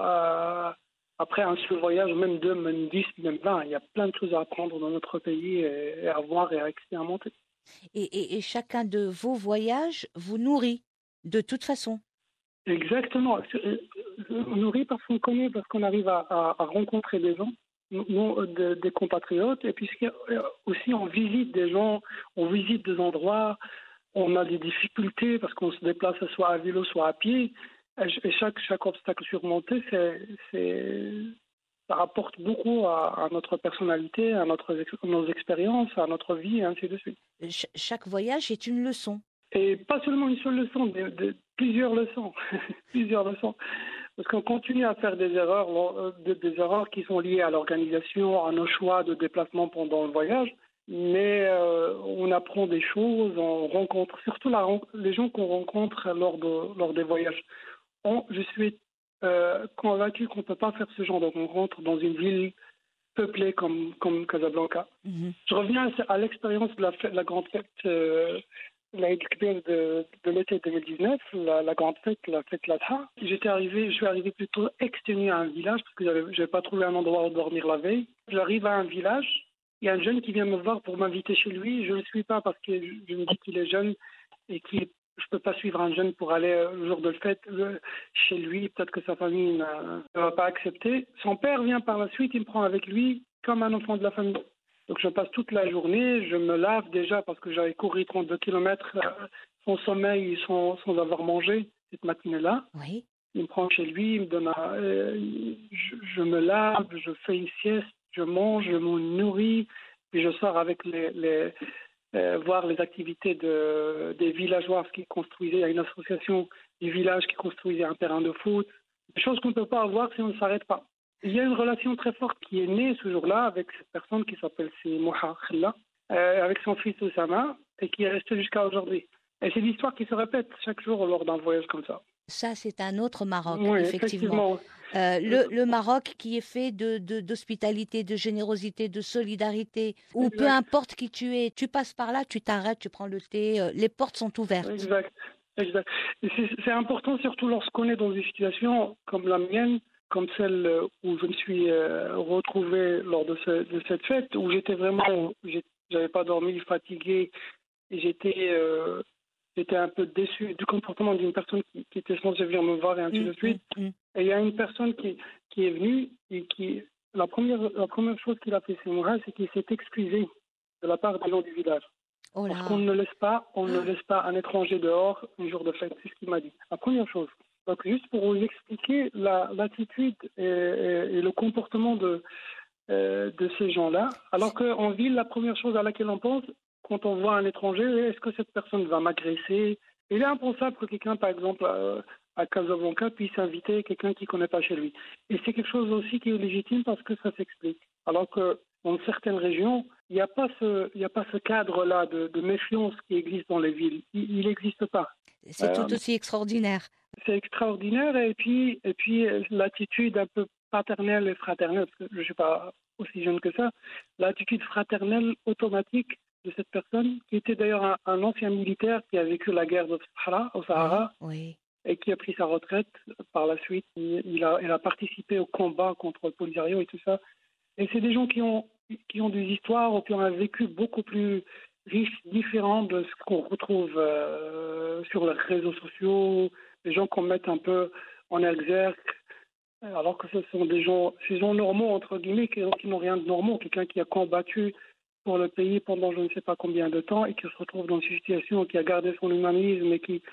à, après un seul voyage, même deux, même dix, même vingt. Il y a plein de choses à apprendre dans notre pays et, et à voir et à expérimenter. Et, et, et chacun de vos voyages vous nourrit, de toute façon. Exactement. On nourrit parce qu'on connaît, parce qu'on arrive à, à, à rencontrer des gens, nous, de, des compatriotes, et puis aussi on visite des gens, on visite des endroits, on a des difficultés parce qu'on se déplace soit à vélo, soit à pied, et chaque, chaque obstacle surmonté, c'est, c'est, ça rapporte beaucoup à, à notre personnalité, à notre, nos expériences, à notre vie, et ainsi de suite. Ch- chaque voyage est une leçon. Et pas seulement une seule leçon, de, de, plusieurs leçons, plusieurs leçons. Parce qu'on continue à faire des erreurs, des erreurs qui sont liées à l'organisation, à nos choix de déplacement pendant le voyage. Mais euh, on apprend des choses, on rencontre, surtout la, les gens qu'on rencontre lors, de, lors des voyages. On, je suis euh, convaincu qu'on ne peut pas faire ce genre de rencontre dans une ville peuplée comme, comme Casablanca. Mm-hmm. Je reviens à l'expérience de la, fête, la grande fête, euh, l'Aïd el-Kbir de, de l'été deux mille dix-neuf, la, la grande fête, la fête Ladha. J'étais arrivé, je suis arrivé plutôt exténué à un village parce que je n'avais pas trouvé un endroit où dormir la veille. J'arrive à un village, il y a un jeune qui vient me voir pour m'inviter chez lui. Je ne le suis pas parce que je, je me dis qu'il est jeune et qu'il est je ne peux pas suivre un jeune pour aller euh, le jour de fête le, chez lui. Peut-être que sa famille ne va pas accepter. Son père vient par la suite, il me prend avec lui comme un enfant de la famille. Donc je passe toute la journée, je me lave déjà parce que j'avais couru trente-deux kilomètres euh, sans sommeil, sans, sans avoir mangé cette matinée-là. Oui. Il me prend chez lui, il me donne un, euh, je, je me lave, je fais une sieste, je mange, je me nourris, puis je sors avec les... les Euh, voir les activités de, des villageois qui construisaient, il y a une association du village qui construisait un terrain de foot, des choses qu'on ne peut pas avoir si on ne s'arrête pas. Il y a une relation très forte qui est née ce jour-là avec cette personne qui s'appelle Mouha Khilla, euh, avec son fils Oussama, et qui est restée jusqu'à aujourd'hui. Et c'est l'histoire qui se répète chaque jour lors d'un voyage comme ça. Ça, c'est un autre Maroc, oui, effectivement. Euh, le, le Maroc qui est fait de, de, d'hospitalité, de générosité, de solidarité, où exact. Peu importe qui tu es, tu passes par là, tu t'arrêtes, tu prends le thé, euh, les portes sont ouvertes. Exact, exact. Et c'est, c'est important surtout lorsqu'on est dans une situation comme la mienne, comme celle où je me suis euh, retrouvé lors de, ce, de cette fête, où j'étais vraiment, j'avais pas dormi, fatigué, et j'étais... Euh, J'étais un peu déçu du comportement d'une personne qui, qui était censée venir me voir et ainsi mmh, de suite. Mmh. Et il y a une personne qui, qui est venue et qui, la première, la première chose qu'il a fait, c'est Mourad, c'est qu'il s'est excusé de la part des gens du village. Oh Parce qu'on ne laisse pas, on ne laisse pas un étranger dehors un jour de fête. C'est ce qu'il m'a dit. La première chose. Donc juste pour vous expliquer la, l'attitude et, et, et le comportement de, euh, de ces gens-là. Alors qu'en ville, la première chose à laquelle on pense, quand on voit un étranger, est-ce que cette personne va m'agresser? Il est impensable que quelqu'un, par exemple, à, à Casablanca, puisse inviter quelqu'un qu'il ne connaît pas chez lui. Et c'est quelque chose aussi qui est légitime parce que ça s'explique. Alors que dans certaines régions, il n'y a pas ce, il n'y a pas ce cadre-là de, de méfiance qui existe dans les villes. Il n'existe pas. C'est euh, tout aussi extraordinaire. C'est extraordinaire. Et puis, et puis l'attitude un peu paternelle et fraternelle, parce que je ne suis pas aussi jeune que ça, l'attitude fraternelle automatique de cette personne, qui était d'ailleurs un, un ancien militaire qui a vécu la guerre au Sahara, au Sahara oui, oui. et qui a pris sa retraite par la suite. Il, il, a, il a participé au combat contre le Polisario et tout ça. Et c'est des gens qui ont, qui ont des histoires ou qui ont un vécu beaucoup plus riche, différent de ce qu'on retrouve euh, sur les réseaux sociaux, des gens qu'on met un peu en exergue, alors que ce sont des gens, ces gens normaux, entre guillemets, qui, qui n'ont rien de normaux. Quelqu'un qui a combattu pour le pays pendant je ne sais pas combien de temps et qui se retrouve dans une situation, qui a gardé son humanisme et qui,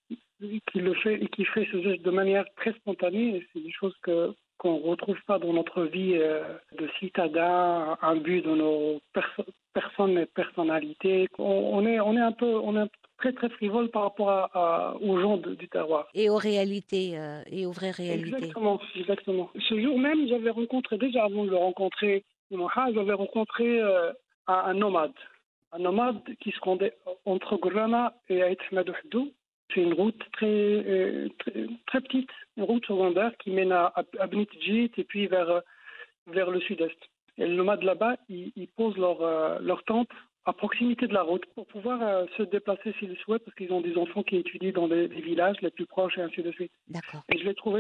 qui le fait et qui fait ce geste de manière très spontanée. Et c'est des choses que qu'on ne retrouve pas dans notre vie euh, de citadin, imbu de nos perso- personnes et personnalités. On, on est on est un peu on est très très frivole par rapport à, à, aux gens de, du terroir. Et aux réalités euh, et aux vraies réalités. Exactement, exactement. Ce jour même, j'avais rencontré déjà avant de le rencontrer, j'avais rencontré euh, un, un nomade, un nomade qui se rendait entre Grana et Aït Madouhdou. C'est une route très, euh, très, très petite, une route secondaire qui mène à, à Bnit Djit et puis vers, vers le sud-est. Et les nomades là-bas, ils, ils posent leur, euh, leur tente à proximité de la route pour pouvoir euh, se déplacer s'ils le souhaitent parce qu'ils ont des enfants qui étudient dans les, les villages les plus proches et ainsi de suite. D'accord. Et je l'ai trouvé...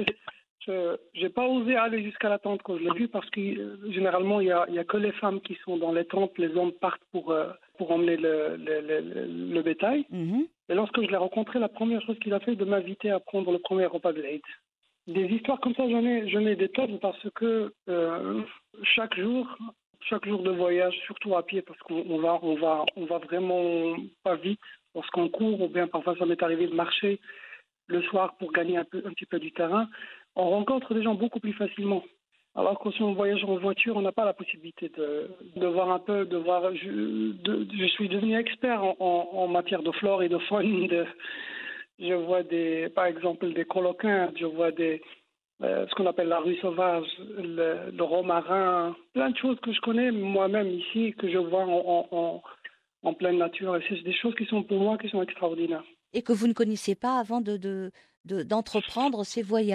Je n'ai pas osé aller jusqu'à la tente quand je l'ai vu parce que euh, généralement, il n'y a, a que les femmes qui sont dans les tentes. Les hommes partent pour, euh, pour emmener le, le, le, le bétail. Mm-hmm. Et lorsque je l'ai rencontré, la première chose qu'il a fait, c'est de m'inviter à prendre le premier repas de l'Aïd. Des histoires comme ça, j'en ai, j'en ai des tonnes parce que euh, chaque jour, chaque jour de voyage, surtout à pied, parce qu'on on va, on va, on va vraiment pas vite lorsqu'on court, ou bien parfois ça m'est arrivé de marcher le soir pour gagner un, peu, un petit peu du terrain, on rencontre des gens beaucoup plus facilement. Alors que si on voyage en voiture, on n'a pas la possibilité de, de voir un peu, de voir. Je, de, je suis devenu expert en, en, en matière de flore et de faune. De, je vois des, par exemple des coloquins, je vois des, euh, ce qu'on appelle la rue sauvage, le, le romarin, plein de choses que je connais moi-même ici, que je vois en, en, en pleine nature. Et c'est des choses qui sont pour moi qui sont extraordinaires. Et que vous ne connaissiez pas avant de, de, de, d'entreprendre ces voyages.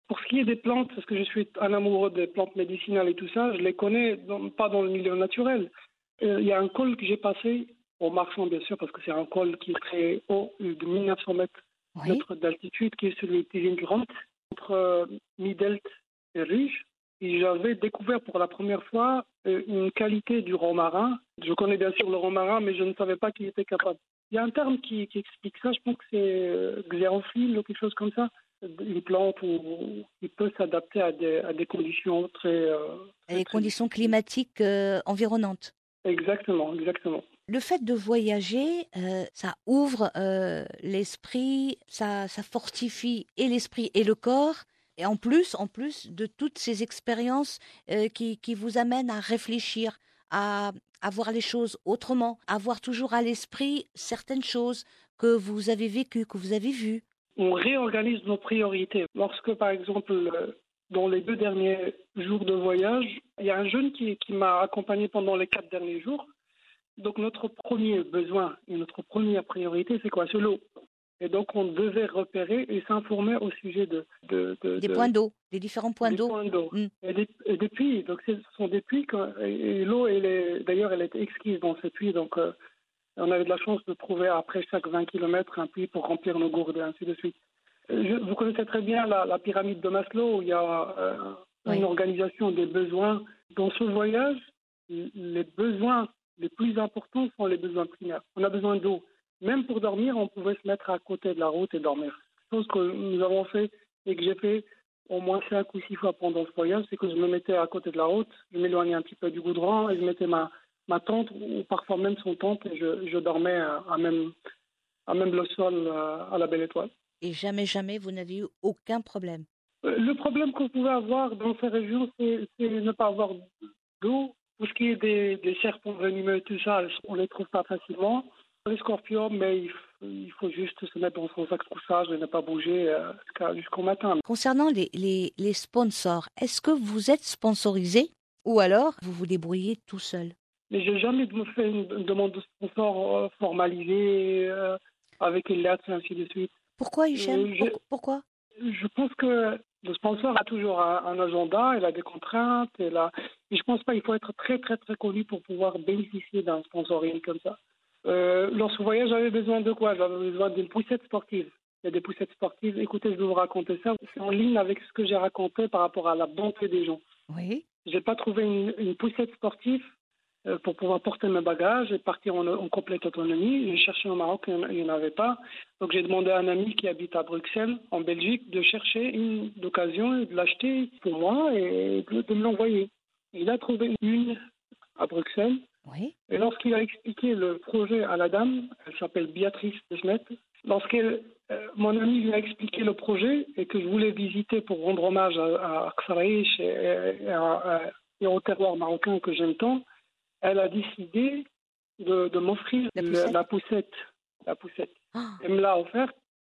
Pour ce qui est des plantes, parce que je suis un amoureux des plantes médicinales et tout ça, je les connais dans- pas dans le milieu naturel. Euh, Il y a un col que j'ai passé, au marchand bien sûr, parce que c'est un col qui est très haut, de mille neuf cents mètres, Oui. mètres d'altitude, qui est celui de Tizingrand, entre euh, Midelt et Ruge. Et j'avais découvert pour la première fois euh, une qualité du romarin. Je connais bien sûr le romarin, mais je ne savais pas qu'il était capable. Il y a un terme qui, qui explique ça, je pense que c'est euh, xérophile ou quelque chose comme ça. Une plante où, qui peut s'adapter à des, à des conditions très... euh, très, Les très conditions difficiles. climatiques euh, environnantes. Exactement, exactement. Le fait de voyager, euh, ça ouvre euh, l'esprit, ça, ça fortifie et l'esprit et le corps. Et en plus, en plus de toutes ces expériences euh, qui, qui vous amènent à réfléchir, à, à voir les choses autrement, à voir toujours à l'esprit certaines choses que vous avez vécues, que vous avez vues. On réorganise nos priorités. Lorsque, par exemple, euh, dans les deux derniers jours de voyage, il y a un jeune qui, qui m'a accompagné pendant les quatre derniers jours. Donc, notre premier besoin et notre première priorité, c'est quoi? C'est l'eau. Et donc, on devait repérer et s'informer au sujet de, de, de, Des de- points d'eau, des différents points des d'eau. points d'eau. Mm. Et, des, et des puits. Donc, ce sont des puits. que- et, et l'eau, elle est, d'ailleurs, elle est exquise dans ces puits. Donc, euh, on avait de la chance de trouver après chaque vingt kilomètres un puits pour remplir nos gourdes et ainsi de suite. Je, vous connaissez très bien la, la pyramide de Maslow, où il y a euh, Oui. une organisation des besoins. Dans ce voyage, les besoins les plus importants sont les besoins primaires. On a besoin d'eau. Même pour dormir, on pouvait se mettre à côté de la route et dormir. Chose que nous avons fait et que j'ai fait au moins cinq ou six fois pendant ce voyage, c'est que je me mettais à côté de la route, je m'éloignais un petit peu du goudron et je mettais ma, ma tente ou parfois même son tente et je, je dormais à, à même, à même le sol euh, à la belle étoile. Et jamais, jamais, vous n'avez eu aucun problème. Euh, Le problème qu'on pouvait avoir dans ces régions, c'est c'est ne pas avoir d'eau. Pour ce qui est des, des serpents venimeux et tout ça, on ne les trouve pas facilement. Les scorpions, mais il, f- il faut juste se mettre dans son sac de couchage et ne pas bouger euh, jusqu'à- jusqu'au matin. Concernant les, les, les sponsors, est-ce que vous êtes sponsorisé ou alors vous vous débrouillez tout seul? Mais j'ai jamais me fait une, une demande de sponsor euh, formalisée euh, avec une lettre et ainsi de suite. Pourquoi, Hichem? Euh, j'ai- Pour- Pourquoi? Je pense que le sponsor a toujours un, un agenda, il a des contraintes, il a... et je pense pas qu'il faut être très très très connu pour pouvoir bénéficier d'un sponsoring comme ça. Euh, lors de ce voyage, j'avais besoin de quoi? J'avais besoin d'une poussette sportive. Il y a des poussettes sportives. Écoutez, je vais vous raconter ça. C'est en ligne avec ce que j'ai raconté par rapport à la bonté des gens. Oui. J'ai pas trouvé une, une poussette sportive euh, pour pouvoir porter mes bagages et partir en, en complète autonomie. J'ai cherché au Maroc, il n'y en avait pas. Donc j'ai demandé à un ami qui habite à Bruxelles, en Belgique, de chercher une d'occasion, de l'acheter pour moi et de, de me l'envoyer. Il a trouvé une à Bruxelles. Oui. Et lorsqu'il a expliqué le projet à la dame, elle s'appelle Béatrice Desmet, lorsqu'elle, euh, mon ami lui a expliqué le projet et que je voulais visiter pour rendre hommage à, à Ksaraïch et, et, à- et au terroir marocain que j'aime tant, elle a décidé de, de m'offrir La le- poussette. la poussette. La poussette. Ah, Elle me l'a offerte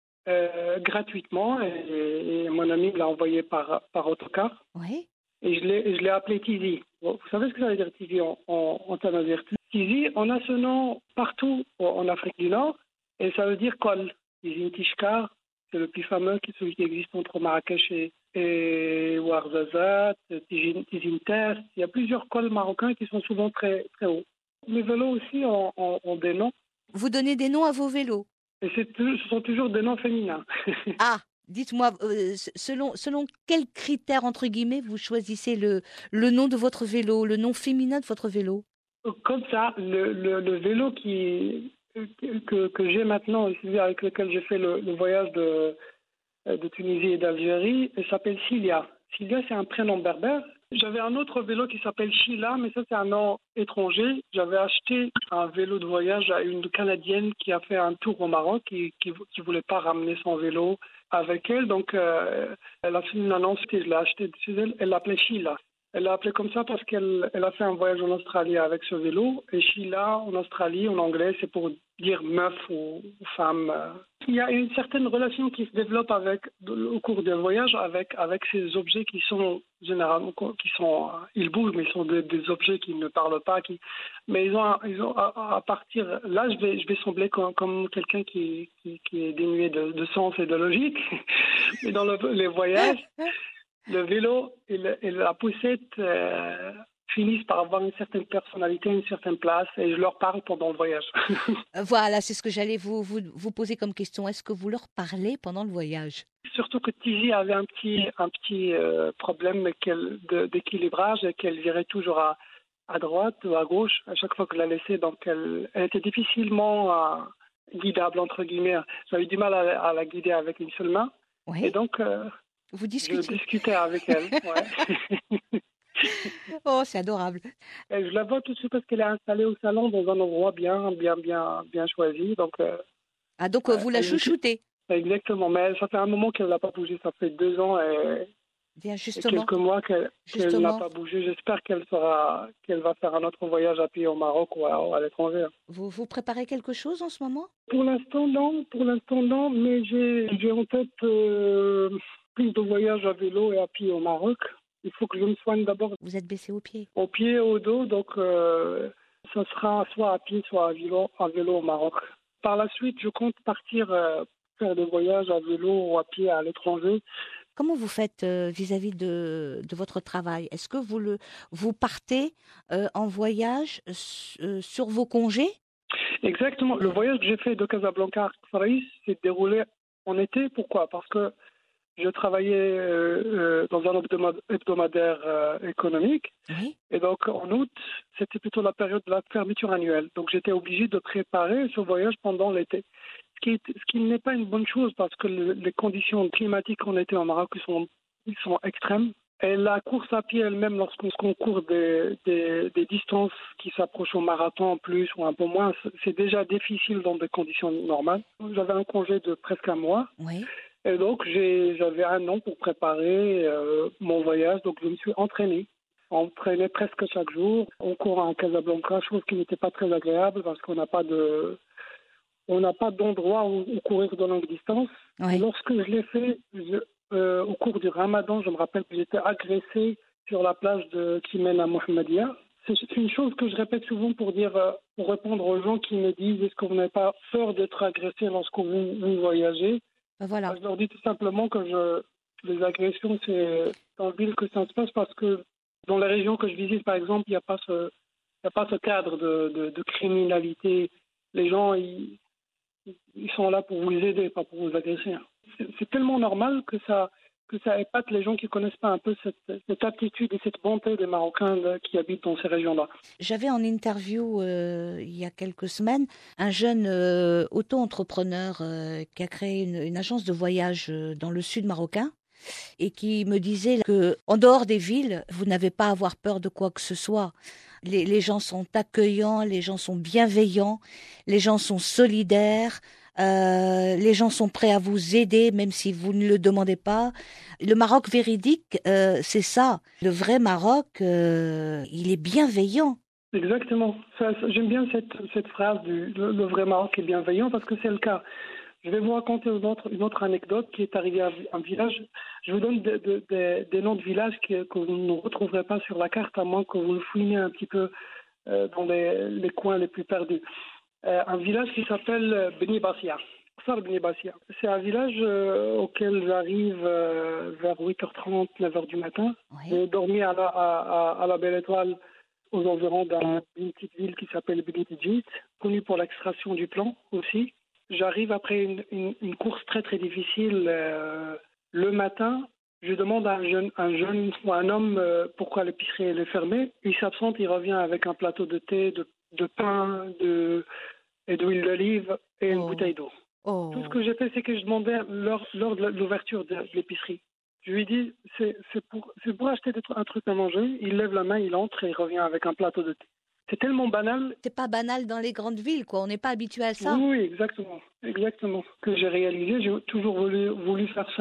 euh, gratuitement et, et mon ami me l'a envoyé par, par autocar. oui. Et je l'ai, je l'ai appelé Tizi. Bon, vous savez ce que ça veut dire Tizi en, en, en tamazigh? Tizi, on a ce nom partout en en Afrique du Nord et ça veut dire col. Tizi Tishkar, c'est le plus fameux, qui- celui qui existe entre Marrakech et, et Ouarzazate, Tizi Tizi Ter. Il y a plusieurs cols marocains qui sont souvent très, très hauts. Les vélos aussi ont, ont- ont des noms Vous donnez des noms à vos vélos. et c'est, tou- ce sont toujours des noms féminins. Ah, dites-moi, euh, s- selon, selon quels critères, entre guillemets, vous choisissez le, le nom de votre vélo, le nom féminin de votre vélo? Comme ça, le, le, le vélo qui, que, que j'ai maintenant, et celui avec lequel j'ai fait le, le voyage de, de Tunisie et d'Algérie, il s'appelle Cilia. Cilia, c'est un prénom berbère. J'avais un autre vélo qui s'appelle Sheila, mais ça, c'est un nom étranger. J'avais acheté un vélo de voyage à une Canadienne qui a fait un tour au Maroc et qui ne voulait pas ramener son vélo avec elle. Donc, euh, elle a fait une annonce et je l'ai acheté chez elle. Elle l'appelait Sheila. Elle l'a appelé comme ça parce qu'elle elle a fait un voyage en Australie avec ce vélo. Et Sheila, en Australie, en anglais, c'est pour dire meuf ou, ou femme. Il y a une certaine relation qui se développe avec, au cours d'un voyage avec, avec ces objets qui sont généralement, qui sont, ils bougent, mais ils sont des, des objets qui ne parlent pas. Qui, mais ils ont, ils ont à, à partir, là, je vais, je vais sembler comme, comme quelqu'un qui, qui, qui est dénué de, de sens et de logique. Mais dans le, les voyages, le vélo et, le, et la poussette euh, finissent par avoir une certaine personnalité, une certaine place, et je leur parle pendant le voyage. Voilà, c'est ce que j'allais vous, vous, vous poser comme question. Est-ce que vous leur parlez pendant le voyage? Surtout que Tizi avait un petit, un petit euh, problème qu'elle, de, d'équilibrage et qu'elle virait toujours à, à droite ou à gauche à chaque fois que je la laissais. Donc elle, elle était difficilement euh, guidable, entre guillemets. J'avais du mal à, à la guider avec une seule main. Oui. Et donc, euh, vous je discutiez. discutais avec elle. Ouais. Oh, c'est adorable. Et je la vois tout de suite parce qu'elle est installée au salon dans un endroit bien, bien, bien, bien choisi. Donc, euh, Ah, donc euh, vous la elle- chouchoutez. exactement. Mais ça fait un moment qu'elle n'a pas bougé. Ça fait deux ans et, Bien, et justement. quelques mois qu'elle, qu'elle n'a Justement. pas bougé. J'espère qu'elle sera, qu'elle va faire un autre voyage à pied au Maroc ou à, ou à l'étranger. Vous, vous préparez quelque chose en ce moment? Pour l'instant, non. Pour l'instant, non. Mais j'ai, j'ai en tête euh, plus de voyages à vélo et à pied au Maroc. Il faut que je me soigne d'abord Vous êtes baissé au pied. au pied et au dos. Donc, euh, ça sera soit à pied, soit à vélo, à vélo au Maroc. Par la suite, je compte partir euh, faire des voyages à vélo ou à pied à l'étranger. Comment vous faites euh, vis-à-vis de, de votre travail? Est-ce que vous, le, vous partez euh, en voyage s- euh, sur vos congés? Exactement. Le voyage que j'ai fait de Casablanca à Faraïs s'est déroulé en été. Pourquoi? Parce que je travaillais euh, euh, dans un hebdomad- hebdomadaire euh, économique. Oui. Et donc, en août, c'était plutôt la période de la fermeture annuelle. Donc, j'étais obligé de préparer ce voyage pendant l'été. Ce qui, est- ce qui n'est pas une bonne chose parce que le- les conditions climatiques en été au Maroc sont, ils sont extrêmes. Et la course à pied elle-même, lorsqu'on court des, des, des distances qui s'approchent au marathon en plus ou un peu moins, c'est déjà difficile dans des conditions normales. J'avais un congé de presque un mois. Oui. Et donc, j'ai, j'avais un an pour préparer euh, mon voyage. Donc, je me suis entraîné. Entraîné presque chaque jour. On court à Casablanca, chose qui n'était pas très agréable parce qu'on n'a pas de, on n'a pas d'endroit où, où courir de longue distance. Oui. Et lorsque je l'ai fait, je, euh, au cours du Ramadan, je me rappelle que j'étais agressé sur la plage de, qui mène à Mohammedia. C'est une chose que je répète souvent pour dire, euh, pour répondre aux gens qui me disent est-ce que vous n'avez pas peur d'être agressé lorsque vous, vous voyagez? Ben voilà. Je leur dis tout simplement que je, les agressions, c'est en ville que ça se passe parce que dans les régions que je visite, par exemple, il n'y a pas ce, il y a pas ce cadre de, de, de criminalité. Les gens, ils, ils sont là pour vous aider, pas pour vous agresser. C'est, c'est tellement normal que ça, que ça épate les gens qui connaissent pas un peu cette, cette aptitude et cette bonté des Marocains là, qui habitent dans ces régions-là. J'avais en interview euh, il y a quelques semaines un jeune euh, auto-entrepreneur euh, qui a créé une, une agence de voyage euh, dans le sud marocain et qui me disait que en dehors des villes, vous n'avez pas à avoir peur de quoi que ce soit. Les, les gens sont accueillants, les gens sont bienveillants, les gens sont solidaires. Euh, les gens sont prêts à vous aider même si vous ne le demandez pas. Le Maroc véridique, euh, c'est ça. Le vrai Maroc, euh, il est bienveillant. Exactement. Ça, ça, j'aime bien cette, cette phrase du le, le vrai Maroc est bienveillant parce que c'est le cas. Je vais vous raconter une autre, une autre anecdote qui est arrivée à un village. Je vous donne de, de, de, des noms de villages que, que vous ne retrouverez pas sur la carte à moins que vous le fouiniez un petit peu euh, dans les, les coins les plus perdus. Euh, un village qui s'appelle Beni Bassia. Beni Bassia. C'est un village euh, auquel j'arrive euh, vers huit heures trente, neuf heures du matin. Oui. J'ai dormi à la, à, à, à la Belle Étoile aux environs d'une petite ville qui s'appelle Beni Tidjit, connue pour l'extraction du plomb aussi. J'arrive après une, une, une course très très difficile euh, le matin. Je demande à un jeune, un jeune ou un homme euh, pourquoi l'épicerie est fermée. Il s'absente, il revient avec un plateau de thé, de, de pain de, et d'huile d'olive et une Oh. bouteille d'eau. Oh. Tout ce que j'ai fait, c'est que je demandais lors, lors de l'ouverture de l'épicerie. Je lui dis, c'est, c'est, pour, c'est pour acheter des, un truc à manger. Il lève la main, il entre et il revient avec un plateau de thé. C'est tellement banal. C'est pas banal dans les grandes villes, quoi. On n'est pas habitué à ça. Oui, oui, exactement. Exactement. Que j'ai réalisé, j'ai toujours voulu, voulu faire ça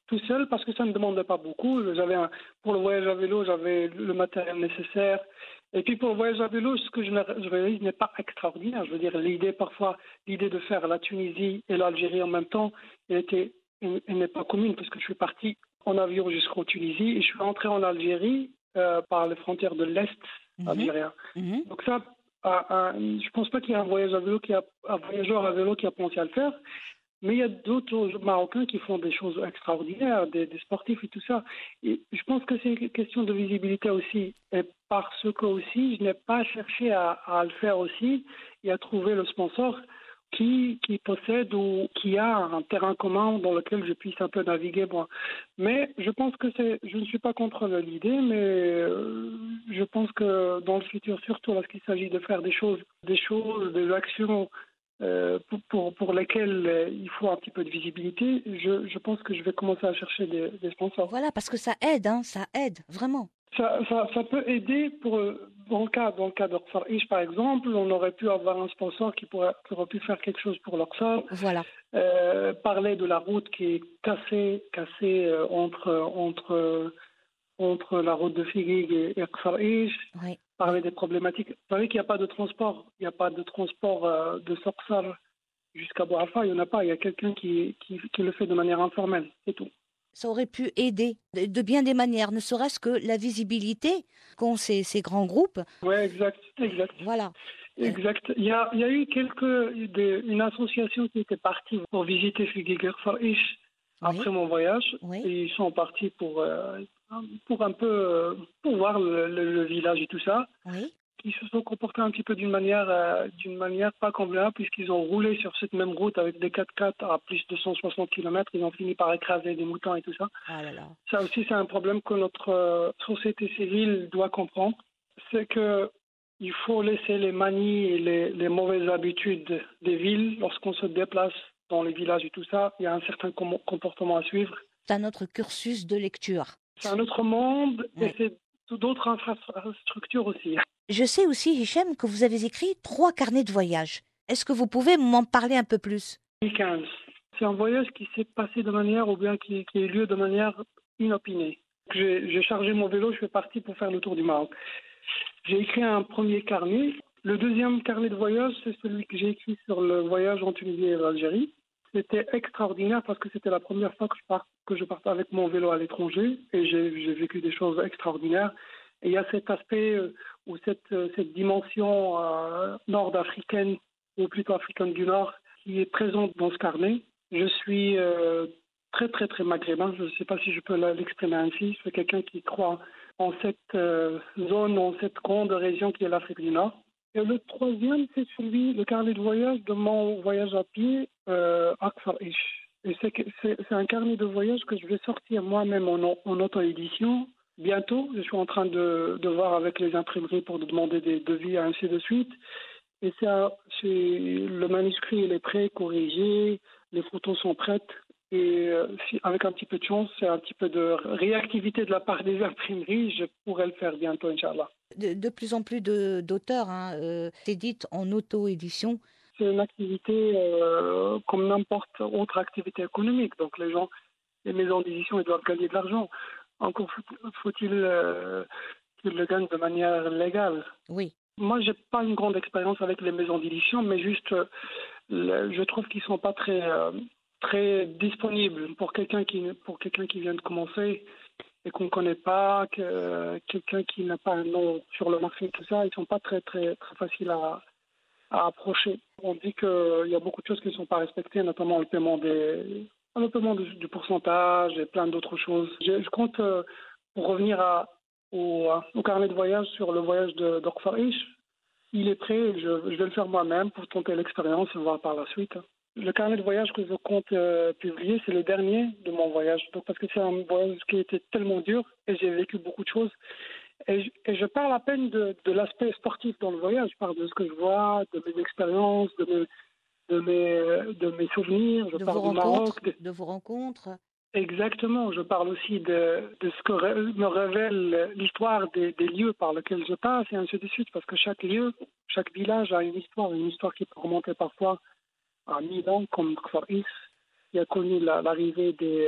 tout seul parce que ça ne demandait pas beaucoup. J'avais un, pour le voyage à vélo, j'avais le matériel nécessaire. Et puis pour le voyage à vélo, ce que je, je réalise n'est pas extraordinaire. Je veux dire, l'idée parfois, l'idée de faire la Tunisie et l'Algérie en même temps, elle, était, elle, elle n'est pas commune parce que je suis parti en avion jusqu'en Tunisie et je suis rentré en Algérie euh, par les frontières de l'Est Mhm. algérien. Mhm. Donc ça, à, à, je pense pas qu'il y ait un voyage à vélo qui a, un voyageur à vélo qui a pensé à le faire. Mais il y a d'autres Marocains qui font des choses extraordinaires, des, des sportifs et tout ça. Et je pense que c'est une question de visibilité aussi. Et parce que aussi, je n'ai pas cherché à, à le faire aussi et à trouver le sponsor qui, qui possède ou qui a un terrain commun dans lequel je puisse un peu naviguer moi. Mais je pense que c'est, je ne suis pas contre l'idée, mais euh, je pense que dans le futur, surtout lorsqu'il s'agit de faire des choses, des choses, des actions Euh, pour, pour, pour lesquels euh, il faut un petit peu de visibilité, je, je pense que je vais commencer à chercher des, des sponsors. Voilà, parce que ça aide, hein, ça aide, vraiment. Ça, ça, ça peut aider pour, dans le cas, dans le cas d'Orsal Ish, par exemple, on aurait pu avoir un sponsor qui, pourrait, qui aurait pu faire quelque chose pour l'Orsal, Voilà. euh, parler de la route qui est cassée, cassée euh, entre, entre, entre la route de Figuig et Orsal Ish. Oui. Parler des problématiques. Vous savez qu'il n'y a pas de transport. Il n'y a pas de transport euh, de Sorsal jusqu'à Boafa. Il n'y en a pas. Il y a quelqu'un qui, qui, qui le fait de manière informelle. C'est tout. Ça aurait pu aider de, de bien des manières, ne serait-ce que la visibilité qu'ont ces, ces grands groupes. Oui, exact. exact. Voilà. Exact. Il y a, il y a eu quelques, des, une association qui était partie pour visiter Figuiger Ish après Oui. mon voyage. Oui. Et ils sont partis pour, euh, pour un peu euh, pour voir le, le, le village et tout ça. Oui. Qui se sont comportés un petit peu d'une manière, euh, d'une manière pas convenable, puisqu'ils ont roulé sur cette même route avec des quatre-quatre à plus de cent soixante kilomètres. Ils ont fini par écraser des moutons et tout ça. Ah là là. Ça aussi, c'est un problème que notre euh, société civile doit comprendre. C'est que il faut laisser les manies et les, les mauvaises habitudes des villes lorsqu'on se déplace dans les villages et tout ça. Il y a un certain com- comportement à suivre. C'est un autre cursus de lecture. C'est un autre monde Oui. et c'est d'autres infrastructures aussi. Je sais aussi, Hichem, que vous avez écrit trois carnets de voyage. Est-ce que vous pouvez m'en parler un peu plus? deux mille quinze. C'est un voyage qui s'est passé de manière, ou bien qui, qui a eu lieu de manière inopinée. J'ai, j'ai chargé mon vélo, je suis parti pour faire le tour du Maroc. J'ai écrit un premier carnet. Le deuxième carnet de voyage, c'est celui que j'ai écrit sur le voyage en Tunisie et en Algérie. C'était extraordinaire parce que c'était la première fois que je, part, que je partais avec mon vélo à l'étranger et j'ai, j'ai vécu des choses extraordinaires. Et il y a cet aspect euh, ou cette, euh, cette dimension euh, nord-africaine, ou plutôt africaine du Nord, qui est présente dans ce carnet. Je suis euh, très, très, très maghrébin. Je ne sais pas si je peux l'exprimer ainsi. Je suis quelqu'un qui croit en cette euh, zone, en cette grande région qui est l'Afrique du Nord. Et le troisième, c'est celui, le carnet de voyage de mon voyage à pied euh, à Kfar Ish. Et c'est, c'est, c'est un carnet de voyage que je vais sortir moi-même en, en auto-édition. Bientôt, je suis en train de, de voir avec les imprimeries pour demander des devis, ainsi de suite. Et c'est, un, c'est le manuscrit il est prêt, corrigé, les photos sont prêtes. Et euh, si, avec un petit peu de chance, c'est un petit peu de réactivité de la part des imprimeries, je pourrais le faire bientôt, Inch'Allah. De, de plus en plus de, d'auteurs hein, euh, éditent en auto-édition. C'est une activité euh, comme n'importe autre activité économique. Donc les gens, les maisons d'édition, ils doivent gagner de l'argent. Encore faut-il euh, qu'ils le gagnent de manière légale. Oui. Moi, j'ai pas une grande expérience avec les maisons d'édition, mais juste, euh, le, je trouve qu'ils sont pas très euh, très disponibles pour quelqu'un qui pour quelqu'un qui vient de commencer et qu'on ne connaît pas, que, euh, quelqu'un qui n'a pas un nom sur le marché, tout ça, ils sont pas très très très faciles à, à approcher. On dit qu'il y a beaucoup de choses qui ne sont pas respectées, notamment le paiement des le paiement du, du pourcentage et plein d'autres choses. Je, je compte, euh, pour revenir à, au, au carnet de voyage sur le voyage de d'Okfar Ish, il est prêt, je, je vais le faire moi-même pour tenter l'expérience et voir par la suite. Le carnet de voyage que je compte euh, publier, c'est le dernier de mon voyage. Donc, parce que c'est un voyage qui était tellement dur et j'ai vécu beaucoup de choses. Et je, et je parle à peine de, de l'aspect sportif dans le voyage. Je parle de ce que je vois, de mes expériences, de mes, de mes, de mes souvenirs. Je de parle vos du rencontres, Maroc. De... de vos rencontres. Exactement. Je parle aussi de, de ce que ré, me révèle l'histoire des, des lieux par lesquels je passe et ainsi de suite. Parce que chaque lieu, chaque village a une histoire, une histoire qui peut remonter parfois à mille ans, comme Kfar Is, qui a connu la, l'arrivée des,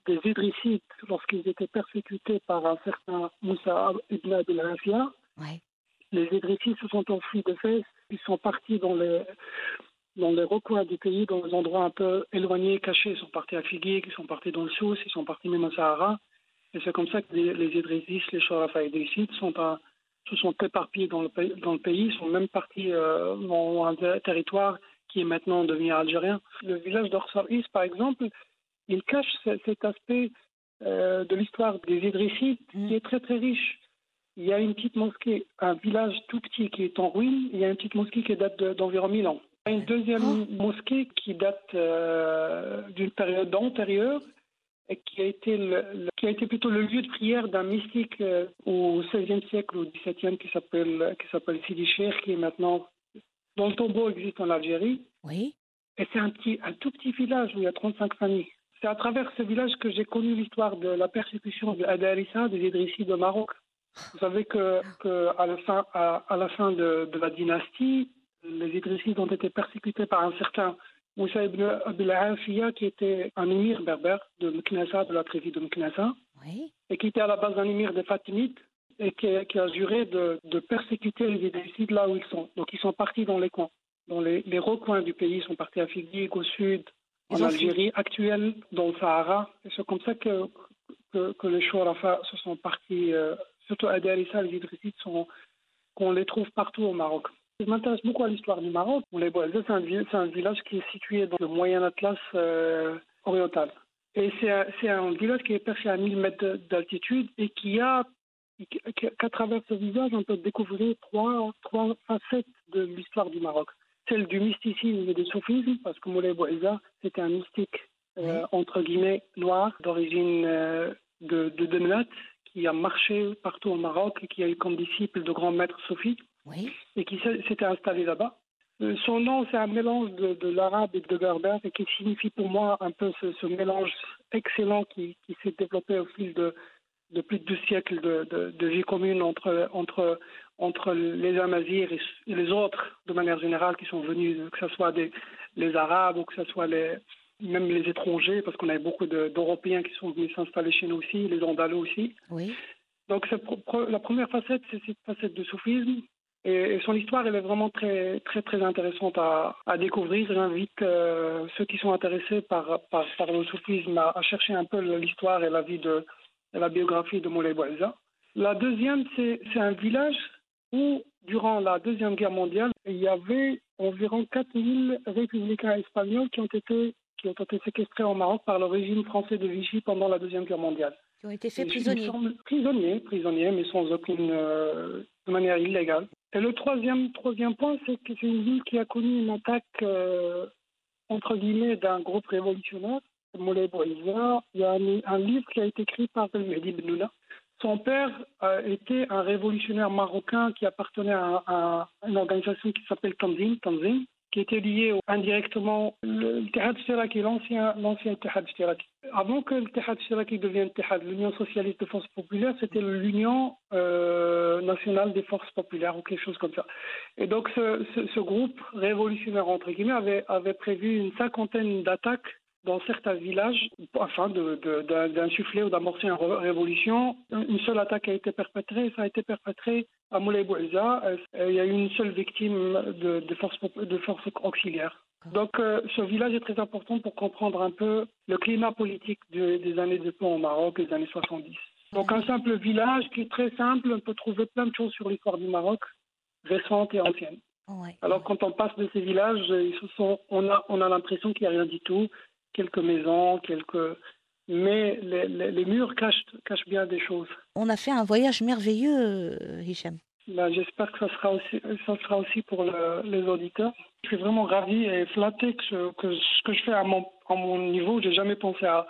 des Idrissides lorsqu'ils étaient persécutés par un certain Moussa ibn Abi al-Afia. Ouais. Les Idrissides se sont enfuis de Fès, ils sont partis dans les, dans les recoins du pays, dans les endroits un peu éloignés, cachés. Ils sont partis à Figuig, ils sont partis dans le Souss, ils sont partis même au Sahara. Et c'est comme ça que les, les Idrissides, les Sharafa Idrissides sont à, se sont éparpillés dans le pays, dans le pays. Ils sont même partis euh, dans un territoire qui est maintenant devenu algérien. Le village d'Orsabis, par exemple, il cache c- cet aspect euh, de l'histoire des Idrissides Mm. qui est très très riche. Il y a une petite mosquée, un village tout petit qui est en ruine. Il y a une petite mosquée qui date de- d'environ mille ans. Il y a une deuxième Oh. mosquée qui date euh, d'une période antérieure et qui a été le, le- qui a été plutôt le lieu de prière d'un mystique euh, au seizième siècle ou dix-septième qui s'appelle qui s'appelle Sidi Cheikh, qui est maintenant dont le tombeau existe en Algérie. Oui. Et c'est un petit un tout petit village où il y a trente-cinq familles. C'est à travers ce village que j'ai connu l'histoire de la persécution de Adarissa des Idrissides au Maroc. Vous savez que, que à la fin à, à la fin de, de la dynastie, les Idrissides ont été persécutés par un certain Moussa ibn Abi al-Afia, qui était un émir berbère de Meknassa, de la tribu de Meknassa, Oui. et qui était à la base un émir des Fatimides, et qui, qui a juré de, de persécuter les Idrissides là où ils sont. Donc ils sont partis dans les coins, dans les, les recoins du pays. Ils sont partis à Figuig, au sud, en Ils ont Algérie actuelle, dans le Sahara. Et c'est comme ça que, que, que les Chourafa se sont partis, euh, surtout à Darissa, les Idrissides, sont, qu'on les trouve partout au Maroc. Je m'intéresse beaucoup à l'histoire du Maroc. Les Bouazza, c'est un, vi- c'est un village qui est situé dans le Moyen Atlas euh, oriental. Et c'est un, c'est un village qui est perché à mille mètres de- d'altitude et qui a, qui- qu'à travers ce village, on peut découvrir trois, trois facettes de l'histoire du Maroc. Celle du mysticisme et du soufisme, parce que Moulay Bouazza, c'était un mystique, euh, Oui. entre guillemets, noir, d'origine euh, de, de Demenat, qui a marché partout au Maroc et qui a eu comme disciple de grands maîtres soufis Oui. et qui s'est- s'était installé là-bas. Euh, Son nom, c'est un mélange de, de l'arabe et de berbère et qui signifie pour moi un peu ce, ce mélange excellent qui, qui s'est développé au fil de, de plus de deux siècles de, de, de vie commune entre, entre, entre les Amazirs et, et les autres, de manière générale, qui sont venus, que ce soit des, les Arabes ou que ce soit les, même les étrangers, parce qu'on avait beaucoup de- d'Européens qui sont venus s'installer chez nous aussi, les Andalous aussi. Oui. Donc c'est pro- pro- la première facette, c'est cette facette de soufisme. Et, et son histoire, elle est vraiment très, très, très intéressante à, à découvrir. J'invite euh, ceux qui sont intéressés par, par, par le soufisme à, à chercher un peu l'histoire et la vie de et la biographie de Moulay Bouazza. La deuxième, c'est, c'est un village où, durant la Deuxième Guerre mondiale, il y avait environ quatre mille républicains espagnols qui ont été, qui ont été séquestrés au Maroc par le régime français de Vichy pendant la Deuxième Guerre mondiale. Qui ont été faits Il me prisonniers. semble- Prisonniers, prisonniers, mais sans aucune, euh, de manière illégale. Et le troisième, troisième point, c'est que c'est une ville qui a connu une attaque, euh, entre guillemets, d'un groupe révolutionnaire, Moulay Bouazza. Il y a un, un livre qui a été écrit par Mehdi Benouna. Son père euh, était un révolutionnaire marocain qui appartenait à, à une organisation qui s'appelle Tanzim, Tanzim, qui était liée au- indirectement le Ittihad Shiraki, l'ancien, l'ancien Ittihad Shiraki. Avant que l'Ittihad Shiraki devienne Ittihad, l'Union socialiste de forces populaires, c'était l'Union euh, nationale des forces populaires ou quelque chose comme ça. Et donc ce, ce, ce groupe révolutionnaire, entre guillemets, avait, avait prévu une cinquantaine d'attaques dans certains villages, afin de, de, de, d'insuffler ou d'amorcer une ré- révolution. Une seule attaque a été perpétrée, ça a été perpétré à Moulay Bouazza. Euh, Il y a eu une seule victime de, de, forces, pop- de forces auxiliaires. Donc euh, ce village est très important pour comprendre un peu le climat politique de- des années de plomb au Maroc, des années soixante-dix. Donc un simple village qui est très simple, on peut trouver plein de choses sur l'histoire du Maroc, récente et ancienne. Ouais. Alors quand on passe de ces villages, ils se sont, on a, on a l'impression qu'il n'y a rien du tout, quelques maisons, quelques, mais les, les, les murs cachent, cachent bien des choses. On a fait un voyage merveilleux, euh, Hicham. Ben, j'espère que ça sera aussi, ça sera aussi pour le, les auditeurs. Je suis vraiment ravi et flatté que, je- que ce que je fais à mon, à mon niveau, j'ai jamais pensé à,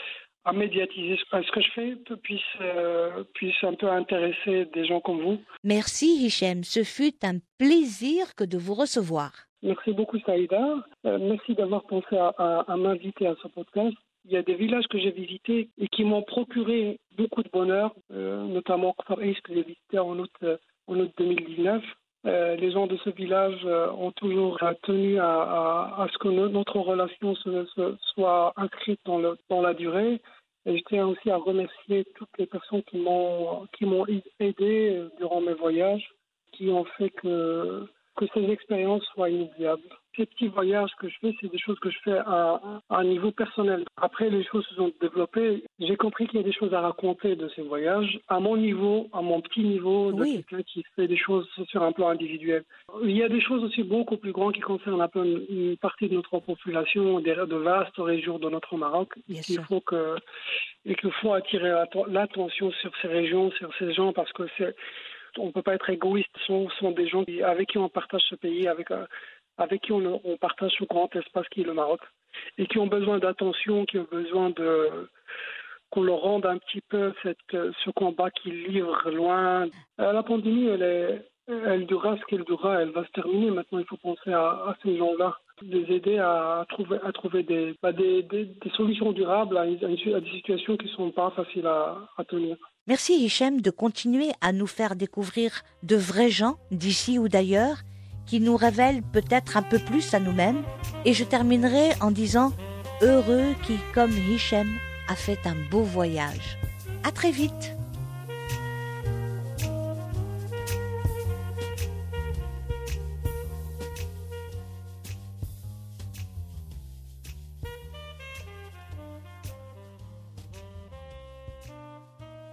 à médiatiser ce ce que je fais puisse, euh, puisse un peu intéresser des gens comme vous. Merci, Hicham. Ce fut un plaisir que de vous recevoir. Merci beaucoup, Saïda. Euh, merci d'avoir pensé à, à, à m'inviter à ce podcast. Il y a des villages que j'ai visités et qui m'ont procuré beaucoup de bonheur, euh, notamment Kfar Aïs que j'ai visité en août, euh, en août deux mille dix-neuf. Euh, les gens de ce village euh, ont toujours euh, tenu à, à, à ce que no- notre relation se, se, soit inscrite dans, le, dans la durée. Et je tiens aussi à remercier toutes les personnes qui m'ont, qui m'ont aidé durant mes voyages, qui ont fait que, que ces expériences soient inoubliables. Ces petits voyages que je fais, c'est des choses que je fais à, à un niveau personnel. Après, les choses se sont développées. J'ai compris qu'il y a des choses à raconter de ces voyages, à mon niveau, à mon petit niveau, de Oui. quelqu'un qui fait des choses sur un plan individuel. Il y a des choses aussi beaucoup plus grandes qui concernent un peu une, une partie de notre population, des, de vastes régions de notre Maroc. Bien Il sûr. faut que, et qu'il faut attirer l'attention sur ces régions, sur ces gens, parce que c'est, on ne peut pas être égoïste. Ce sont, sont des gens qui, avec qui on partage ce pays, avec un, avec qui on, on partage ce grand espace qui est le Maroc, et qui ont besoin d'attention, qui ont besoin de qu'on leur rende un petit peu cette, ce combat qu'ils livrent loin. La pandémie, elle, est, elle durera ce qu'elle durera, elle va se terminer. Maintenant, il faut penser à, à ces gens-là, les aider à trouver, à trouver des, bah des, des, des solutions durables à, une, à des situations qui ne sont pas faciles à, à tenir. Merci Hichem de continuer à nous faire découvrir de vrais gens d'ici ou d'ailleurs, qui nous révèlent peut-être un peu plus à nous-mêmes. Et je terminerai en disant « Heureux qui, comme Hichem, a fait un beau voyage ». À très vite.